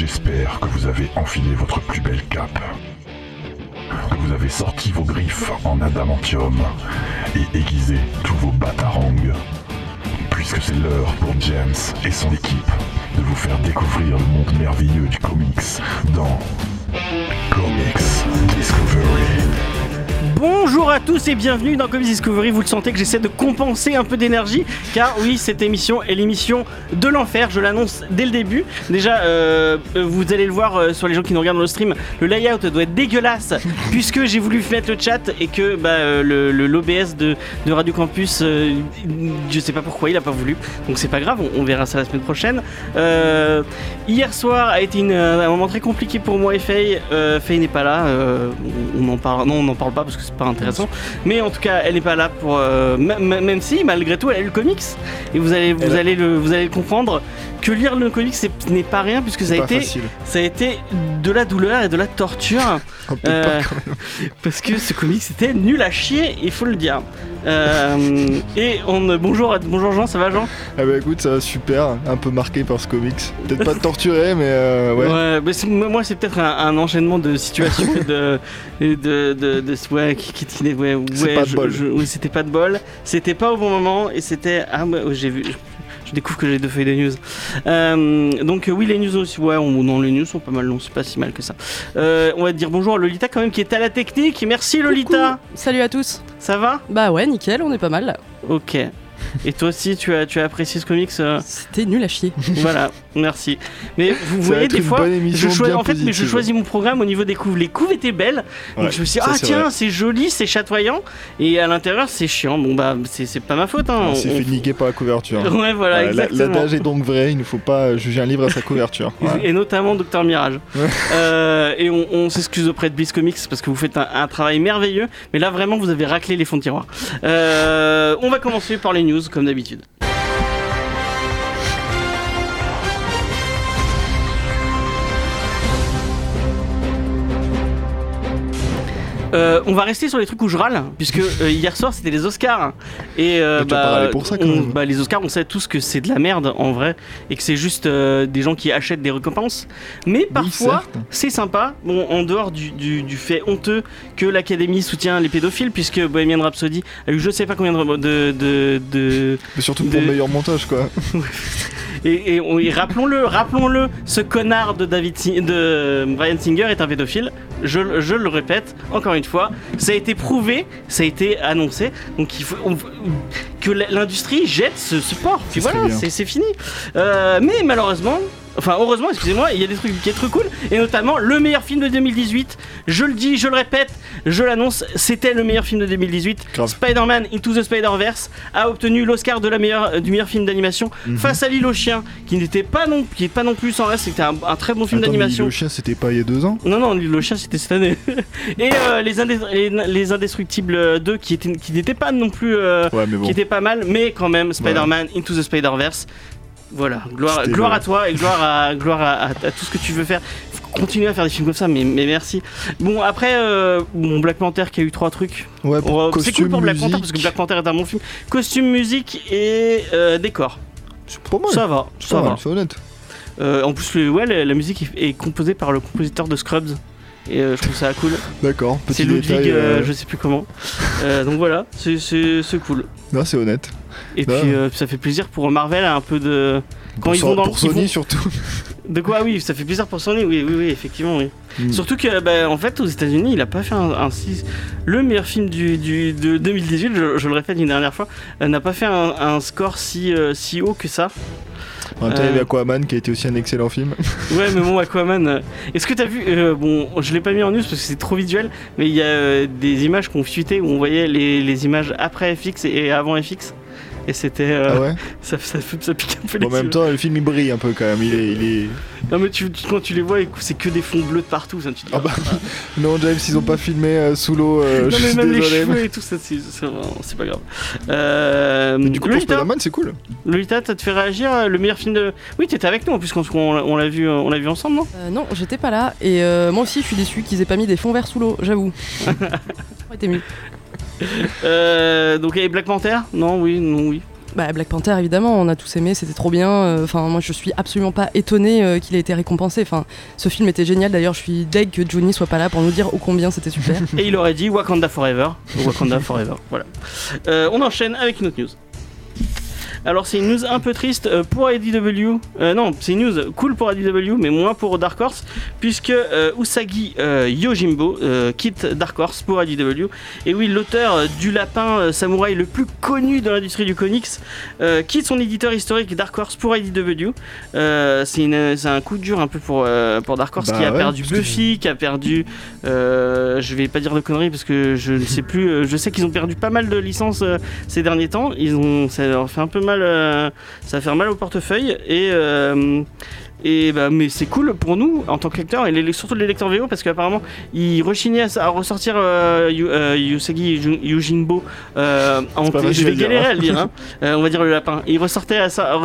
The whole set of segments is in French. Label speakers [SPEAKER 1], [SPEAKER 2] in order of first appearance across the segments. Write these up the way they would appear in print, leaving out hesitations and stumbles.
[SPEAKER 1] J'espère que vous avez enfilé votre plus belle cape, que vous avez sorti vos griffes en adamantium et aiguisé tous vos batarangs, puisque c'est l'heure pour James et son équipe de vous faire découvrir le monde merveilleux du comics dans Comics Discovery.
[SPEAKER 2] Bonjour à tous et bienvenue dans Comics Discovery. Vous le sentez que j'essaie de compenser un peu d'énergie, car oui, cette émission est l'émission de l'enfer, je l'annonce dès le début. Déjà, vous allez le voir sur les gens qui nous regardent dans le stream, le layout doit être dégueulasse, puisque j'ai voulu mettre le chat et que l'OBS de Radio Campus, je sais pas pourquoi il a pas voulu, donc c'est pas grave, on verra ça la semaine prochaine. Hier soir a été un moment très compliqué pour moi et Faye. Faye n'est pas là, on en parle pas parce que c'est pas intéressant, mais en tout cas elle n'est pas là pour même si malgré tout elle a lu le comics et vous allez le comprendre que lire le comics ce n'est pas rien, puisque ça a été de la douleur et de la torture, parce que ce comics c'était nul à chier, il faut le dire. Bonjour Jean, ça va Jean?
[SPEAKER 3] Ah bah écoute, ça va super, un peu marqué par ce comics, peut-être pas torturé mais ouais.
[SPEAKER 2] Ouais, mais moi c'est peut-être un enchaînement de situations c'était pas de bol, c'était pas au bon moment et c'était je découvre que j'ai 2 feuilles de news. Donc oui, les news aussi, les news sont pas mal, non, c'est pas si mal que ça. On va dire bonjour à Lolita quand même qui est à la technique. Merci Lolita.
[SPEAKER 4] Coucou. Salut à tous.
[SPEAKER 2] Ça va?
[SPEAKER 4] Bah ouais, nickel, on est pas mal là.
[SPEAKER 2] Ok. Et toi aussi, tu as apprécié ce comics?
[SPEAKER 4] C'était nul à chier.
[SPEAKER 2] Voilà, merci. Mais vous voyez, des fois, je choisis mon programme au niveau des couves. Les couves étaient belles, donc je me suis dit, tiens, c'est joli, c'est chatoyant, et à l'intérieur, c'est chiant. Bon, bah, c'est pas ma faute. Hein.
[SPEAKER 3] On s'est fait niquer par la couverture.
[SPEAKER 2] Ouais, voilà, exactement.
[SPEAKER 3] L'adage est donc vrai, il ne faut pas juger un livre à sa couverture. Voilà.
[SPEAKER 2] Et notamment Dr Mirage. Et on s'excuse auprès de Bliss Comics parce que vous faites un travail merveilleux, mais là, vraiment, vous avez raclé les fonds de tiroir. On va commencer par les news, comme d'habitude. On va rester sur les trucs où je râle, puisque hier soir c'était les Oscars et
[SPEAKER 3] tu as parlé pour ça quand même.
[SPEAKER 2] Les Oscars, on sait tous que c'est de la merde en vrai et que c'est juste des gens qui achètent des récompenses, mais parfois c'est sympa, en dehors du fait honteux que l'Académie soutient les pédophiles, puisque Bohemian Rhapsody a eu je sais pas combien de
[SPEAKER 3] mais surtout pour le meilleur montage quoi.
[SPEAKER 2] Et rappelons-le, ce connard de Bryan Singer est un pédophile. Je le répète encore une fois, ça a été prouvé, ça a été annoncé. Donc il faut que l'industrie jette ce sport. Puis voilà, c'est fini. Mais malheureusement. Heureusement, excusez-moi, il y a des trucs qui sont très cool, et notamment le meilleur film de 2018. Je le dis, je le répète, je l'annonce, c'était le meilleur film de 2018. Grave. Spider-Man Into the Spider-Verse a obtenu l'Oscar du meilleur film d'animation face à L'île aux chiens, qui est pas non plus sans reste. C'était un très bon film d'animation.
[SPEAKER 3] L'île aux chiens, c'était pas il y a 2 ans?
[SPEAKER 2] Non, L'île aux chiens, c'était cette année. Et les Indestructibles 2 qui n'étaient pas non plus, qui étaient pas mal, mais quand même Spider-Man Into the Spider-Verse. Voilà, gloire à toi et gloire à tout ce que tu veux faire. Faut continuer à faire des films comme ça, mais merci. Bon, après, Black Panther qui a eu 3 trucs.
[SPEAKER 3] Ouais,
[SPEAKER 2] c'est cool pour Black Panther parce que Black Panther est un bon film. Costume, musique et décor.
[SPEAKER 3] C'est pas mal.
[SPEAKER 2] Ça va.
[SPEAKER 3] C'est honnête.
[SPEAKER 2] En plus, la musique est composée par le compositeur de Scrubs. Et je trouve ça cool.
[SPEAKER 3] D'accord,
[SPEAKER 2] c'est Ludwig, je sais plus comment. Donc voilà, c'est cool.
[SPEAKER 3] Non, c'est honnête.
[SPEAKER 2] Et puis ça fait plaisir pour Marvel, un peu de.
[SPEAKER 3] Quand ils vont dans pour Sony surtout.
[SPEAKER 2] De quoi? Oui, ça fait plaisir pour Sony, oui, effectivement, oui. Surtout que, en fait, aux États-Unis, il a pas fait le meilleur film de 2018, je le répète une dernière fois, n'a pas fait un score si haut que ça.
[SPEAKER 3] En même temps, il y avait Aquaman qui a été aussi un excellent film.
[SPEAKER 2] Ouais, mais bon, Aquaman. Est-ce que t'as vu je l'ai pas mis en news parce que c'est trop visuel, mais il y a des images qu'on fuitait où on voyait les images après FX et avant FX. Et c'était. Ça pique un peu les yeux.
[SPEAKER 3] En même temps, le film il brille un peu quand même. Il est...
[SPEAKER 2] Non, mais quand tu les vois, c'est que des fonds bleus de partout. Ça, tu te dis,
[SPEAKER 3] non, James, ils ont pas filmé sous l'eau.
[SPEAKER 2] Non, mais même les cheveux et tout, c'est pas grave.
[SPEAKER 3] Mais du coup, pour Spider-Man, c'est cool.
[SPEAKER 2] Lolita, ça te fait réagir le meilleur film de. Oui, t'étais avec nous en plus quand on l'a vu ensemble, non?
[SPEAKER 4] Non, j'étais pas là. Et moi aussi, je suis déçu qu'ils aient pas mis des fonds verts sous l'eau, j'avoue. Ça aurait été mieux.
[SPEAKER 2] Donc, et Black Panther? Non, oui.
[SPEAKER 4] Bah, Black Panther, évidemment, on a tous aimé, c'était trop bien. Enfin, moi, je suis absolument pas étonnée qu'il ait été récompensé. Enfin, ce film était génial. D'ailleurs, je suis deg que Johnny soit pas là pour nous dire ô combien c'était super.
[SPEAKER 2] Et il aurait dit Wakanda Forever. Wakanda Forever, voilà. On enchaîne avec une autre news. Alors c'est une news un peu triste pour IDW, non c'est une news cool pour IDW mais moins pour Dark Horse puisque Usagi Yojimbo quitte Dark Horse pour IDW. Et oui, l'auteur du lapin samouraï le plus connu dans l'industrie du comics quitte son éditeur historique Dark Horse pour IDW. C'est un coup dur un peu pour Dark Horse qui a perdu Buffy, qui a perdu je vais pas dire de conneries parce que je ne sais plus, je sais qu'ils ont perdu pas mal de licences ces derniers temps, ça leur fait un peu mal, ça va faire mal au portefeuille et bah, mais c'est cool pour nous en tant que lecteurs et surtout les lecteurs VO parce qu'apparemment ils rechignaient à ressortir Usagi Yojimbo je vais galérer à le dire on va dire le lapin. Il ressortait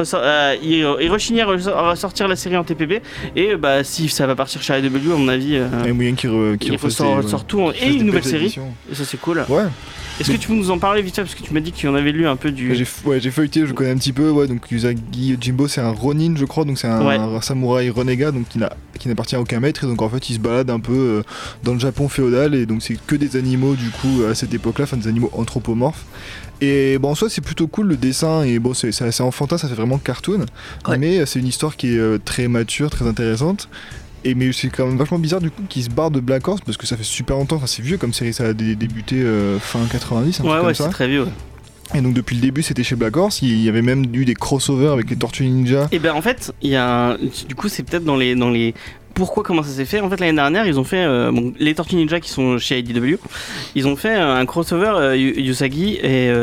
[SPEAKER 2] il rechignait à ressortir la série en TPB et bah si ça va partir chez IDW à mon avis il ressort tout et une nouvelle série et ça c'est cool.
[SPEAKER 3] Ouais.
[SPEAKER 2] Est-ce que tu peux nous en parler vite fait parce que tu m'as dit que tu en avais lu un peu du...
[SPEAKER 3] J'ai feuilleté, je connais un petit peu, donc Usagi Yojimbo c'est un Ronin je crois, donc c'est un samouraï renégat donc qui n'appartient à aucun maître et donc en fait il se balade un peu dans le Japon féodal et donc c'est que des animaux du coup à cette époque-là, enfin des animaux anthropomorphes. Et bon en soi c'est plutôt cool le dessin et bon c'est assez enfantin, ça fait vraiment cartoon, mais c'est une histoire qui est très mature, très intéressante. Mais c'est quand même vachement bizarre du coup qu'il se barre de Black Horse parce que ça fait super longtemps, enfin c'est vieux comme série, ça a débuté fin 90, un truc comme ça.
[SPEAKER 2] Ouais, c'est très vieux.
[SPEAKER 3] Et donc depuis le début c'était chez Black Horse, il y avait même eu des crossovers avec les Tortues Ninja.
[SPEAKER 2] Et ben en fait, du coup c'est peut-être dans les comment ça s'est fait. En fait l'année dernière ils ont fait les Tortues Ninja qui sont chez IDW, ils ont fait un crossover Usagi et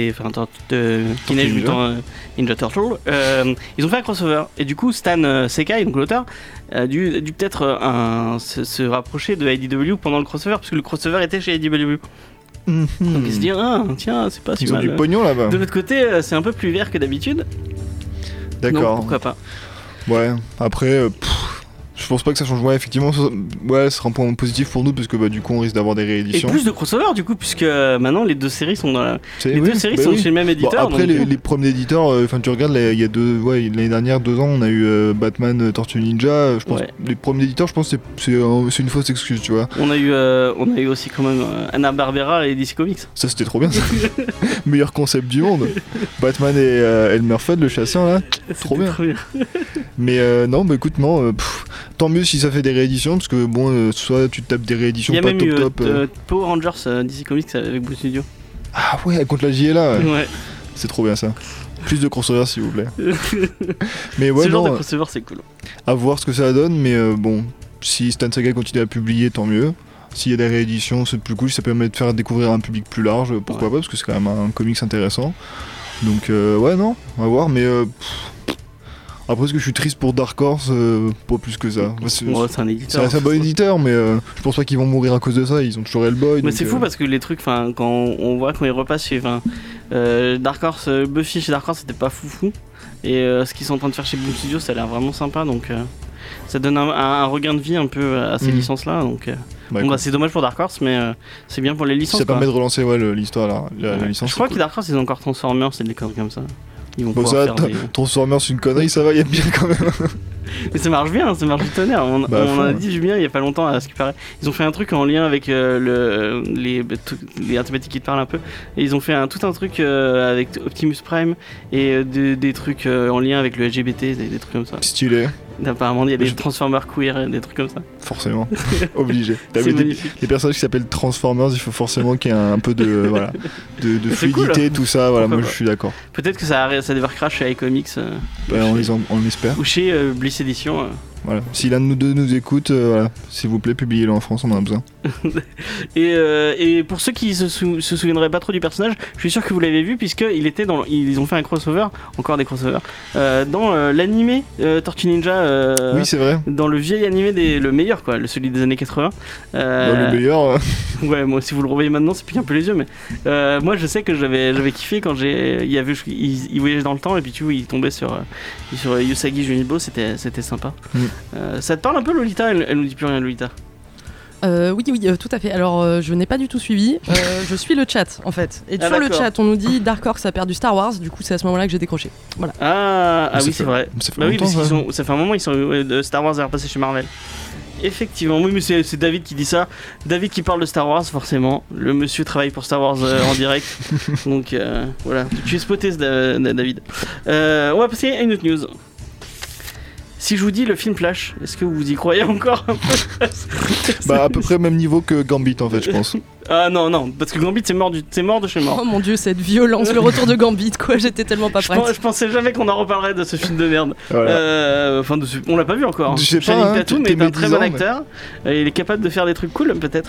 [SPEAKER 2] Teenage Mutant Ninja Turtle. Ils ont fait un crossover et du coup Stan Sekai, donc l'auteur, a dû peut-être se rapprocher de IDW pendant le crossover parce que le crossover était chez IDW. Donc ils se disent tiens c'est pas si mal.
[SPEAKER 3] Ils ont du pognon là-bas.
[SPEAKER 2] De l'autre côté c'est un peu plus vert que d'habitude.
[SPEAKER 3] D'accord.
[SPEAKER 2] Donc pourquoi pas.
[SPEAKER 3] Ouais, après je pense pas que ça change. Ouais, effectivement, ce sera un point positif pour nous parce que du coup on risque d'avoir des rééditions.
[SPEAKER 2] Et plus de crossover du coup, puisque maintenant les deux séries sont dans deux séries sont chez le même éditeur.
[SPEAKER 3] Bon, après les premiers éditeurs, tu regardes, il y a l'année dernière, 2 ans, on a eu Batman, Tortue Ninja. Je pense les premiers éditeurs, je pense que c'est une fausse excuse, tu vois.
[SPEAKER 2] On a eu aussi quand même Hanna-Barbera et DC Comics.
[SPEAKER 3] Ça c'était trop bien, ça. Meilleur concept du monde. Batman et Elmer Fudd, le chasseur là, trop bien. Mais non, écoute, non. Tant mieux si ça fait des rééditions parce que soit tu tapes des rééditions pas top. Il y a même
[SPEAKER 2] Power Rangers DC Comics avec Blue Studio.
[SPEAKER 3] Ah ouais, contre la JLA.
[SPEAKER 2] Ouais.
[SPEAKER 3] C'est trop bien ça. Plus de crossover s'il vous plaît. Mais ouais,
[SPEAKER 2] ce genre de crossover c'est cool.
[SPEAKER 3] À voir ce que ça donne, mais si Stan Saga continue à publier, tant mieux. S'il y a des rééditions, c'est plus cool, ça permet de faire découvrir un public plus large, pourquoi pas, parce que c'est quand même un comics intéressant. Donc non, on va voir, mais après, est-ce que je suis triste pour Dark Horse, pas plus que ça.
[SPEAKER 2] C'est un éditeur.
[SPEAKER 3] C'est un bon éditeur, mais je pense pas qu'ils vont mourir à cause de ça. Ils ont toujours Hellboy.
[SPEAKER 2] Mais c'est fou parce que les trucs, quand on voit quand ils repassent chez Dark Horse, Buffy chez Dark Horse, c'était pas foufou. Et ce qu'ils sont en train de faire chez Boom Studio, ça a l'air vraiment sympa. Donc ça donne un regain de vie un peu à ces licences-là. Donc c'est dommage pour Dark Horse, mais c'est bien pour les licences.
[SPEAKER 3] Ça permet de relancer l'histoire, la licence.
[SPEAKER 2] Je crois que Dark Horse, ils ont encore Transformers, c'est des conneries comme ça.
[SPEAKER 3] Transformers c'est une connerie, ça va, il y a bien quand même.
[SPEAKER 2] Mais ça marche bien, ça marche du tonnerre. On en a dit du bien il y a pas longtemps à ce qui paraît. Ils ont fait un truc en lien avec les thématiques qui te parlent un peu. Et ils ont fait tout un truc avec Optimus Prime et des trucs en lien avec le LGBT, des trucs comme ça.
[SPEAKER 3] Stylé.
[SPEAKER 2] Apparemment il y a des Transformers queer et des trucs comme ça.
[SPEAKER 3] Forcément, obligé.
[SPEAKER 2] C'est magnifique.
[SPEAKER 3] Les personnages qui s'appellent Transformers, il faut forcément qu'il y ait un peu de fluidité, cool. Tout ça. Voilà, moi je suis d'accord.
[SPEAKER 2] Peut-être que ça débarquera chez iComics.
[SPEAKER 3] On espère.
[SPEAKER 2] Ou chez Bliss Edition.
[SPEAKER 3] Voilà. Si l'un de nous deux nous écoute, s'il vous plaît, publiez-le en France, on en a besoin.
[SPEAKER 2] et pour ceux qui se souviendraient pas trop du personnage, je suis sûr que vous l'avez vu puisqu'il était ils ont fait un crossover, encore des crossovers, dans l'animé Tortue Ninja.
[SPEAKER 3] Oui, c'est vrai.
[SPEAKER 2] Dans le vieil animé le meilleur quoi, celui des années 80.
[SPEAKER 3] Le meilleur.
[SPEAKER 2] Ouais, moi si vous le revoyez maintenant, c'est pique un peu les yeux, mais moi je sais que j'avais kiffé quand il voyageait dans le temps et puis tu vois, il tombait sur Usagi Yojimbo, c'était sympa. Ça te parle un peu Lolita? Elle nous dit plus rien Lolita.
[SPEAKER 4] Oui, tout à fait. Alors, je n'ai pas du tout suivi. Je suis le chat, en fait. Et sur le chat, on nous dit Dark Horse a perdu Star Wars. Du coup, c'est à ce moment-là que j'ai décroché. Voilà.
[SPEAKER 2] Ah oui, c'est vrai.
[SPEAKER 3] Ça fait
[SPEAKER 2] Bah oui,
[SPEAKER 3] longtemps,
[SPEAKER 2] parce
[SPEAKER 3] ça.
[SPEAKER 2] ça fait un moment ils sont Star Wars est repassé chez Marvel. Effectivement, oui, mais c'est David qui dit ça. David qui parle de Star Wars, forcément. Le monsieur travaille pour Star Wars en direct. Donc voilà, tu es spoté, David. On va passer à une autre news. Si je vous dis le film Flash, est-ce que vous y croyez encore un peu?
[SPEAKER 3] Bah à peu près au même niveau que Gambit en fait, je pense.
[SPEAKER 2] Ah non, parce que Gambit c'est mort de chez mort.
[SPEAKER 4] Oh mon dieu, cette violence, le retour de Gambit, quoi, j'étais tellement pas prête.
[SPEAKER 2] Je pensais jamais qu'on en reparlerait de ce film de merde.
[SPEAKER 3] Voilà.
[SPEAKER 2] Enfin, on l'a pas vu encore.
[SPEAKER 3] Je sais pas,
[SPEAKER 2] Channing Tatum est un très bon
[SPEAKER 3] mais-
[SPEAKER 2] acteur. Il est capable de faire des trucs cool, peut-être.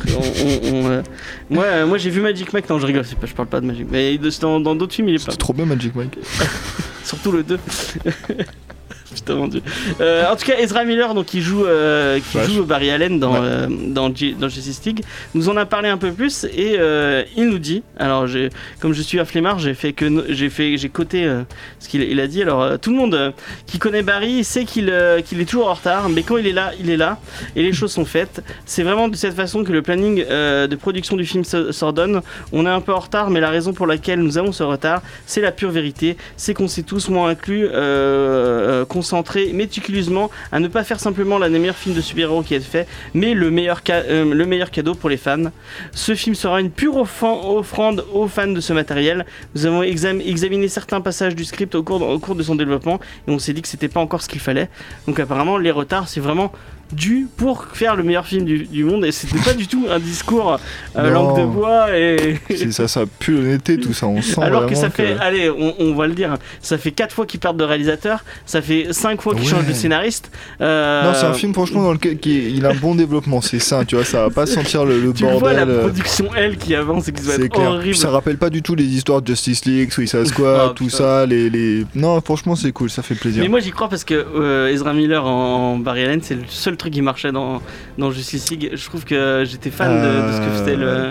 [SPEAKER 2] Moi j'ai vu Magic Mike. Non, je rigole, je parle pas de Magic. Mais dans d'autres films, il est pas.
[SPEAKER 3] C'était trop bien Magic Mike.
[SPEAKER 2] Surtout le 2. Putain, mon dieu. En tout cas, Ezra Miller, donc, qui joue Barry Allen dans Justice League, nous en a parlé un peu plus et il nous dit, alors comme je suis un flemmard, j'ai coté ce qu'il a dit. Alors tout le monde qui connaît Barry sait qu'il est toujours en retard, mais quand il est là et les choses sont faites. C'est vraiment de cette façon que le planning de production du film s'ordonne. On est un peu en retard, mais la raison pour laquelle nous avons ce retard, c'est la pure vérité, c'est qu'on s'est tous, moi inclus, concentré méticuleusement à ne pas faire simplement l'un des meilleurs films de super-héros qui a été fait, mais le meilleur cadeau pour les fans. Ce film sera une pure offrande aux fans de ce matériel. Nous avons examiné certains passages du script au cours de son développement et on s'est dit que c'était pas encore ce qu'il fallait. Donc apparemment les retards c'est vraiment dû pour faire le meilleur film du monde et c'était pas du tout un discours langue de bois et
[SPEAKER 3] ça pue l'honnêteté tout ça, on sent
[SPEAKER 2] alors
[SPEAKER 3] vraiment
[SPEAKER 2] que ça fait, allez on va le dire, ça fait 4 fois qu'ils perdent de réalisateur, ça fait 5 fois qu'ils changent de scénariste.
[SPEAKER 3] Non, c'est un film franchement dans lequel il a un bon développement, c'est ça, tu vois, ça va pas sentir le
[SPEAKER 2] tu
[SPEAKER 3] bordel.
[SPEAKER 2] vois la production elle qui avance et qui doit être
[SPEAKER 3] clair.
[SPEAKER 2] horrible.
[SPEAKER 3] Puis ça rappelle pas du tout les histoires de Justice League, Suicide Squad, tout ça, Non, franchement c'est cool, ça fait plaisir.
[SPEAKER 2] Mais moi j'y crois parce que Ezra Miller en Barry Allen, c'est le seul truc qui marchait dans Justice League. Je trouve que j'étais fan de ce que c'était le...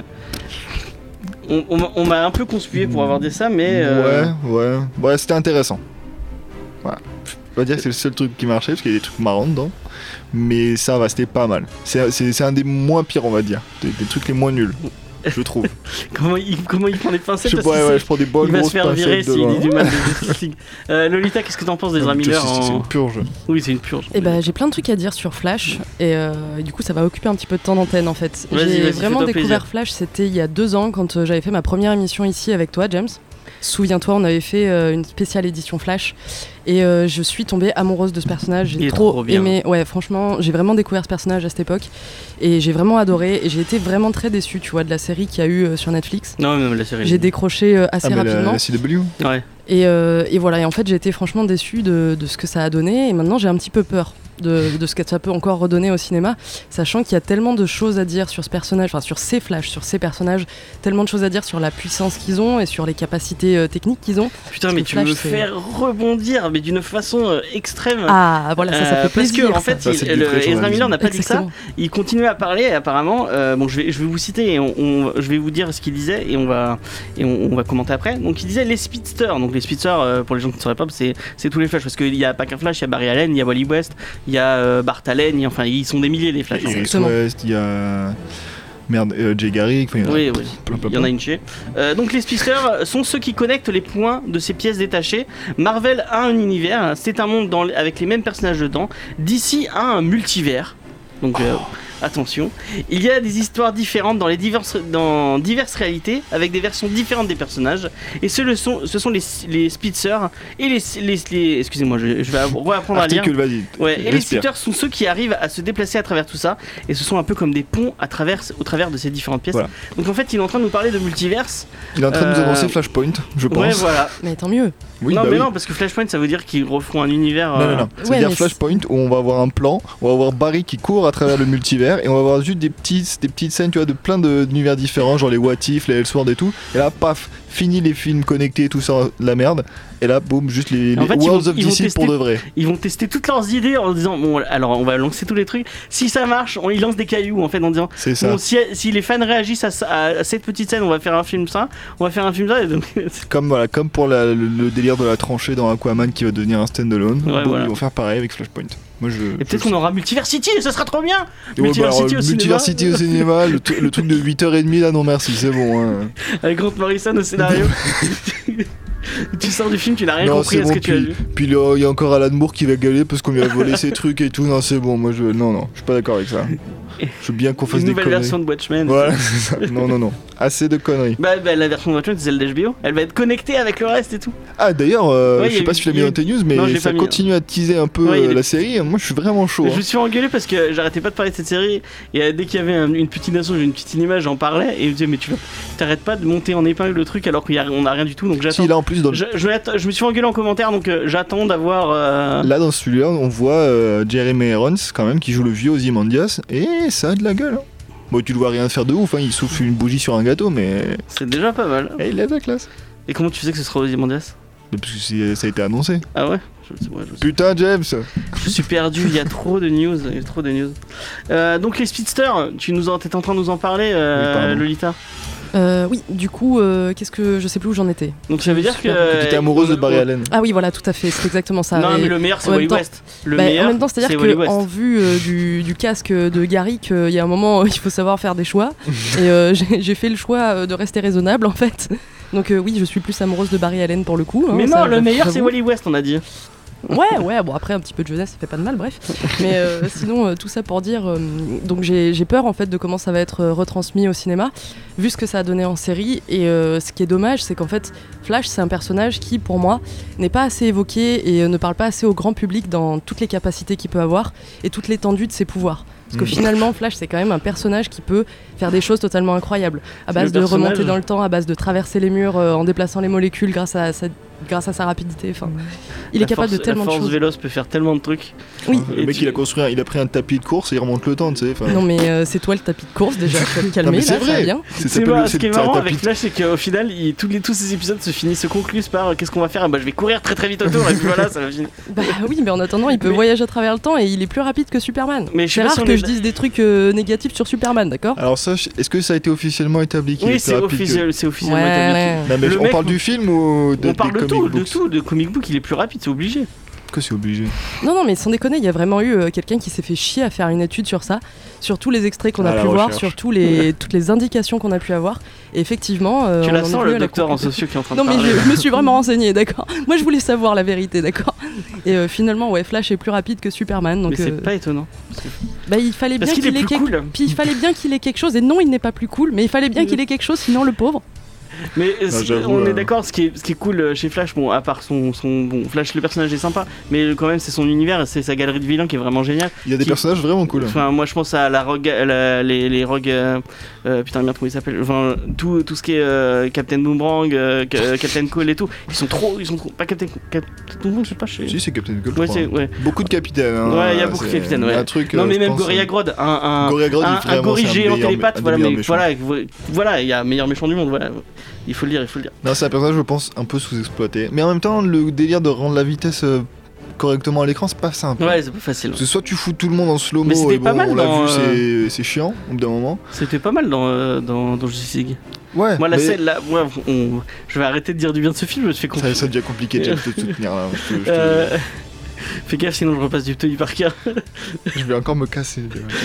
[SPEAKER 2] On m'a un peu conspué pour avoir dit ça, mais...
[SPEAKER 3] Ouais, c'était intéressant. Voilà. Je peux pas dire que c'est le seul truc qui marchait, parce qu'il y a des trucs marrants dedans. Mais ça va, c'était pas mal. C'est un des moins pires, on va dire. Des trucs les moins nuls, je trouve.
[SPEAKER 2] comment il prend des pincettes?
[SPEAKER 3] Je prends des bonnes grosses pincettes.
[SPEAKER 2] Il va se faire virer s'il dit du mal de Justice League. Lolita, qu'est-ce que t'en penses d'Ezra Miller
[SPEAKER 3] C'est une purge.
[SPEAKER 2] Oui, c'est une purge.
[SPEAKER 4] Et j'ai plein de trucs à dire sur Flash et du coup ça va occuper un petit peu de temps d'antenne en fait.
[SPEAKER 2] Vas-y,
[SPEAKER 4] J'ai vraiment
[SPEAKER 2] fais-toi
[SPEAKER 4] découvert
[SPEAKER 2] plaisir.
[SPEAKER 4] Flash, c'était il y a 2 ans quand j'avais fait ma première émission ici avec toi, James. Souviens-toi, on avait fait une spéciale édition Flash et je suis tombée amoureuse de ce personnage. J'ai trop aimé. Ouais, franchement, j'ai vraiment découvert ce personnage à cette époque et j'ai vraiment adoré. Et j'ai été vraiment très déçue, tu vois, de la série qu'il y a eu sur Netflix.
[SPEAKER 2] Non, mais la série.
[SPEAKER 4] J'ai décroché assez rapidement.
[SPEAKER 3] La CW.
[SPEAKER 2] Ouais.
[SPEAKER 4] Et voilà, et en fait j'ai été franchement déçue de ce que ça a donné et maintenant j'ai un petit peu peur de ce que ça peut encore redonner au cinéma, sachant qu'il y a tellement de choses à dire sur ce personnage, enfin sur ces Flash, sur ces personnages, tellement de choses à dire sur la puissance qu'ils ont et sur les capacités techniques qu'ils ont.
[SPEAKER 2] Putain, mais tu me fais rebondir, mais d'une façon extrême.
[SPEAKER 4] Ah voilà, ça fait plaisir.
[SPEAKER 2] Parce que en fait, Ezra Miller n'a pas dit ça, il continuait à parler et apparemment, bon je vais vous citer et je vais vous dire ce qu'il disait et on va commenter après. Donc il disait les speedsters, donc les speedsters pour les gens qui ne sauraient pas, c'est tous les Flash, parce qu'il n'y a pas qu'un Flash, il y a Barry Allen, il y a Wally West, il y a Bart Allen, enfin ils sont des milliers les Flash.
[SPEAKER 4] Exactement.
[SPEAKER 3] Il y a Jay Garrick,
[SPEAKER 2] oui. Il y en a une chez. Donc les speedsters sont ceux qui connectent les points de ces pièces détachées. Marvel a un univers, c'est un monde avec les mêmes personnages dedans. DC a un multivers. Donc attention, il y a des histoires différentes dans diverses réalités avec des versions différentes des personnages et ce sont les speedsters et les excusez-moi, je vais reapprendre à lire.
[SPEAKER 3] Vas-y.
[SPEAKER 2] Ouais, et les speedsters sont ceux qui arrivent à se déplacer à travers tout ça et ce sont un peu comme des ponts au travers de ces différentes pièces. Voilà. Donc en fait, il est en train de nous parler de multiverse.
[SPEAKER 3] Il est en train de nous annoncer Flashpoint, je pense.
[SPEAKER 2] Ouais, voilà.
[SPEAKER 4] Mais tant mieux.
[SPEAKER 3] Oui,
[SPEAKER 2] non, parce que Flashpoint ça veut dire qu'ils refont un univers.
[SPEAKER 3] Non. Ça veut dire Flashpoint où on va avoir un plan, on va avoir Barry qui court à travers le multivers et on va avoir juste des petites scènes, tu vois, de plein d'univers différents, genre les What If, les Elseworlds et tout. Et là, paf, fini les films connectés, tout ça, la merde. Et là, boum, juste les Worlds of DC pour de vrai.
[SPEAKER 2] Ils vont tester toutes leurs idées en disant bon, alors on va lancer tous les trucs. Si ça marche, ils lancent des cailloux en fait en disant bon, si les fans réagissent à cette petite scène, on va faire un film ça, on va faire un film ça. Et donc...
[SPEAKER 3] comme pour le délire de la tranchée dans Aquaman qui va devenir un standalone.
[SPEAKER 2] Ouais,
[SPEAKER 3] bon, ils vont faire pareil avec Flashpoint.
[SPEAKER 2] Et peut-être qu'on aura Multiversity, ça sera trop bien.
[SPEAKER 3] Multiversity au cinéma, le truc de 8h30 là, non merci, c'est bon. Hein.
[SPEAKER 2] Avec Grant Morrison au scénario. Tu sors du film, tu n'as rien compris à ce que tu as vu.
[SPEAKER 3] Puis il y a encore Alan Moore qui va gueuler parce qu'on lui a volé ses trucs et tout. Non, c'est bon, moi je suis pas d'accord avec ça. Je veux bien qu'on fasse des conneries.
[SPEAKER 2] Une nouvelle version de Watchmen.
[SPEAKER 3] Voilà, c'est ça. Non. Assez de conneries.
[SPEAKER 2] Bah, la version de Watchmen, c'est celle d'HBO. Elle va être connectée avec le reste et tout.
[SPEAKER 3] Ah, d'ailleurs, je sais pas si tu l'as mis dans tes news, mais ça continue à teaser un peu la série. Moi, je suis vraiment chaud.
[SPEAKER 2] Je me suis engueulé parce que j'arrêtais pas de parler de cette série. Et dès qu'il y avait une petite nation, une petite image, j'en parlais. Et je me disais, mais tu t'arrêtes pas de monter en épingle le truc alors qu'on a rien du tout. Donc j'attends.
[SPEAKER 3] Si, là, en plus,
[SPEAKER 2] je me suis engueulé en commentaire, donc j'attends d'avoir.
[SPEAKER 3] Là, dans celui-là, on voit Jeremy Irons, quand même, qui joue le vieux Ozymandias. Et ça a de la gueule. Bon, tu le vois rien faire de ouf, il souffle une bougie sur un gâteau, mais.
[SPEAKER 2] C'est déjà pas mal.
[SPEAKER 3] Et il a de la classe.
[SPEAKER 2] Et comment tu sais que ce sera Ozymandias ?
[SPEAKER 3] Parce que ça a été annoncé.
[SPEAKER 2] Ah ouais,
[SPEAKER 3] Putain, James.
[SPEAKER 2] Je suis perdu, il y a trop de news. Donc les speedsters, t'étais en train de nous en parler, Lolita.
[SPEAKER 4] Oui, du coup, je sais plus où j'en étais.
[SPEAKER 2] Donc ça veut dire que
[SPEAKER 3] tu étais amoureuse de Barry Allen.
[SPEAKER 4] Ah oui, voilà, tout à fait, c'est exactement ça.
[SPEAKER 2] Non, mais le meilleur c'est Wally West.
[SPEAKER 4] En même temps, c'est-à-dire qu'en vue du casque de Garrick, il y a un moment, il faut savoir faire des choix. Et j'ai fait le choix de rester raisonnable en fait. Donc oui, je suis plus amoureuse de Barry Allen pour le coup.
[SPEAKER 2] Mais non, le meilleur c'est Wally West, on a dit.
[SPEAKER 4] Ouais, bon après un petit peu de jeunesse ça fait pas de mal, bref. Mais sinon tout ça pour dire, donc j'ai peur en fait de comment ça va être retransmis au cinéma, vu ce que ça a donné en série. Et ce qui est dommage, c'est qu'en fait Flash c'est un personnage qui pour moi n'est pas assez évoqué et ne parle pas assez au grand public dans toutes les capacités qu'il peut avoir et toute l'étendue de ses pouvoirs. Parce que finalement, Flash, c'est quand même un personnage qui peut faire des choses totalement incroyables. À base de remonter dans le temps, à base de traverser les murs en déplaçant les molécules grâce à sa rapidité. Enfin, il est capable de tellement de choses.
[SPEAKER 2] La force véloce peut faire tellement de trucs.
[SPEAKER 4] Oui.
[SPEAKER 3] Le mec, il a pris un tapis de course et il remonte le temps, tu sais.
[SPEAKER 4] Non, mais c'est toi le tapis de course déjà. Tu vas te calmer,
[SPEAKER 3] c'est vrai.
[SPEAKER 4] Bien.
[SPEAKER 2] Ce qui est marrant avec Flash, c'est qu'au final, tous ces épisodes se concluent par qu'est-ce qu'on va faire ? Bah, je vais courir très très vite autour et puis voilà, ça va finir.
[SPEAKER 4] Bah oui, mais en attendant, il peut voyager à travers le temps et il est plus rapide que Superman.
[SPEAKER 2] Mais
[SPEAKER 4] c'est rare que je dise des trucs négatifs sur Superman, d'accord ?
[SPEAKER 3] Alors ça, est-ce que ça a été officiellement établi ?
[SPEAKER 2] Oui, c'est officiellement établi.
[SPEAKER 3] Non, mais on parle du film ou
[SPEAKER 2] on parle de tout, de comic book, il est plus rapide, c'est obligé.
[SPEAKER 3] Que c'est obligé.
[SPEAKER 4] Non, mais sans déconner, il y a vraiment eu quelqu'un qui s'est fait chier à faire une étude sur ça, sur tous les extraits qu'on a pu voir, sur toutes les indications qu'on a pu avoir. Et effectivement,
[SPEAKER 2] tu la sens le docteur en socio qui est en train de parler.
[SPEAKER 4] Non, mais je me suis vraiment renseignée, d'accord. Moi, je voulais savoir la vérité, d'accord. Et finalement, Flash est plus rapide que Superman. Donc,
[SPEAKER 2] mais c'est pas étonnant.
[SPEAKER 4] Il fallait bien qu'il ait
[SPEAKER 2] Puis
[SPEAKER 4] il fallait bien qu'il ait quelque chose. Et non, il n'est pas plus cool, mais il fallait bien qu'il ait quelque chose, sinon le pauvre.
[SPEAKER 2] Mais on est d'accord, ce qui est cool chez Flash, bon, à part son Flash, le personnage est sympa, mais quand même c'est son univers, c'est sa galerie de vilains qui est vraiment géniale.
[SPEAKER 3] Il y a des personnages vraiment cool.
[SPEAKER 2] Enfin, moi je pense à la Rogue, les Rogue, putain merde comment il s'appelle, enfin tout ce qui est Captain Boomerang, Captain Cole et tout, ils sont trop pas Captain Boomerang, je sais pas.
[SPEAKER 3] Si c'est Captain Cole.
[SPEAKER 2] Ouais.
[SPEAKER 3] Beaucoup de capitaines. Hein,
[SPEAKER 2] ouais, il y a beaucoup de capitaines. Ouais.
[SPEAKER 3] Non
[SPEAKER 2] mais même Gorilla Grodd, un gorille géant télépathe, voilà, il y a meilleur méchant du monde, voilà. Il faut le dire.
[SPEAKER 3] Non, c'est un personnage, je pense, un peu sous-exploité. Mais en même temps, le délire de rendre la vitesse correctement à l'écran, c'est pas simple.
[SPEAKER 2] Ouais, c'est pas facile.
[SPEAKER 3] Parce que soit tu fous tout le monde en slow-mo, et
[SPEAKER 2] bon, on
[SPEAKER 3] l'a vu, c'est chiant, au bout d'un moment.
[SPEAKER 2] C'était pas mal dans Justice League.
[SPEAKER 3] Ouais.
[SPEAKER 2] Moi, je vais arrêter de dire du bien de ce film, je me suis fait compliqué.
[SPEAKER 3] Ça devient compliqué de te soutenir là.
[SPEAKER 2] Fais gaffe, sinon je repasse du Tony Parker.
[SPEAKER 3] Je vais encore me casser.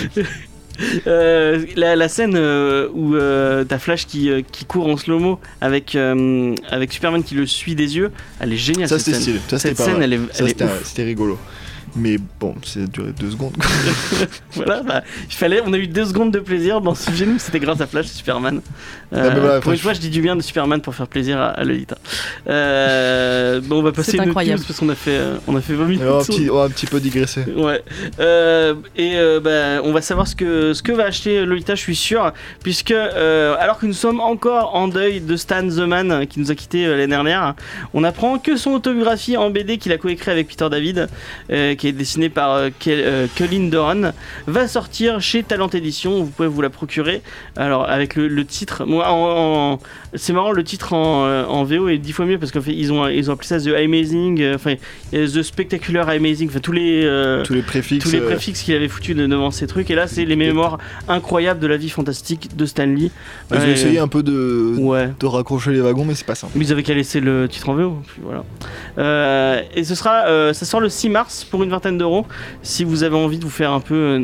[SPEAKER 2] La scène où t'as Flash qui court en slow-mo avec Superman qui le suit des yeux, elle est géniale.
[SPEAKER 3] Ça c'était stylé.
[SPEAKER 2] Cette scène,
[SPEAKER 3] c'était rigolo. Mais bon, ça a duré 2 secondes.
[SPEAKER 2] Voilà, on a eu 2 secondes de plaisir dans ce film, c'était grâce à Flash et Superman. Pour une fois, je dis du bien de Superman pour faire plaisir à Lolita. Bon, on va passer une news parce qu'on a fait 20 minutes.
[SPEAKER 3] On va un petit peu digresser.
[SPEAKER 2] Ouais. On va savoir ce que va acheter Lolita, je suis sûr, puisque alors que nous sommes encore en deuil de Stan The Man qui nous a quitté l'année dernière, on apprend que son autobiographie en BD qu'il a coécrit avec Peter David, qui est dessiné par Colin Doran, va sortir chez Talent Édition. Vous pouvez vous la procurer. Alors avec le titre, moi, c'est marrant, le titre en VO est 10 fois mieux parce qu'en fait ils ont appelé ça The Amazing, The Spectacular Amazing, tous les préfixes qu'il avait foutu devant ces trucs. Et là c'est les mémoires incroyables de la vie fantastique de Stan Lee.
[SPEAKER 3] Ils ont essayé un peu de raccrocher les wagons, mais c'est pas simple.
[SPEAKER 2] Mais ils avaient qu'à laisser le titre en VO. Puis voilà. Et ça sort le 6 mars pour une vingtaine d'euros. Si vous avez envie de vous faire un peu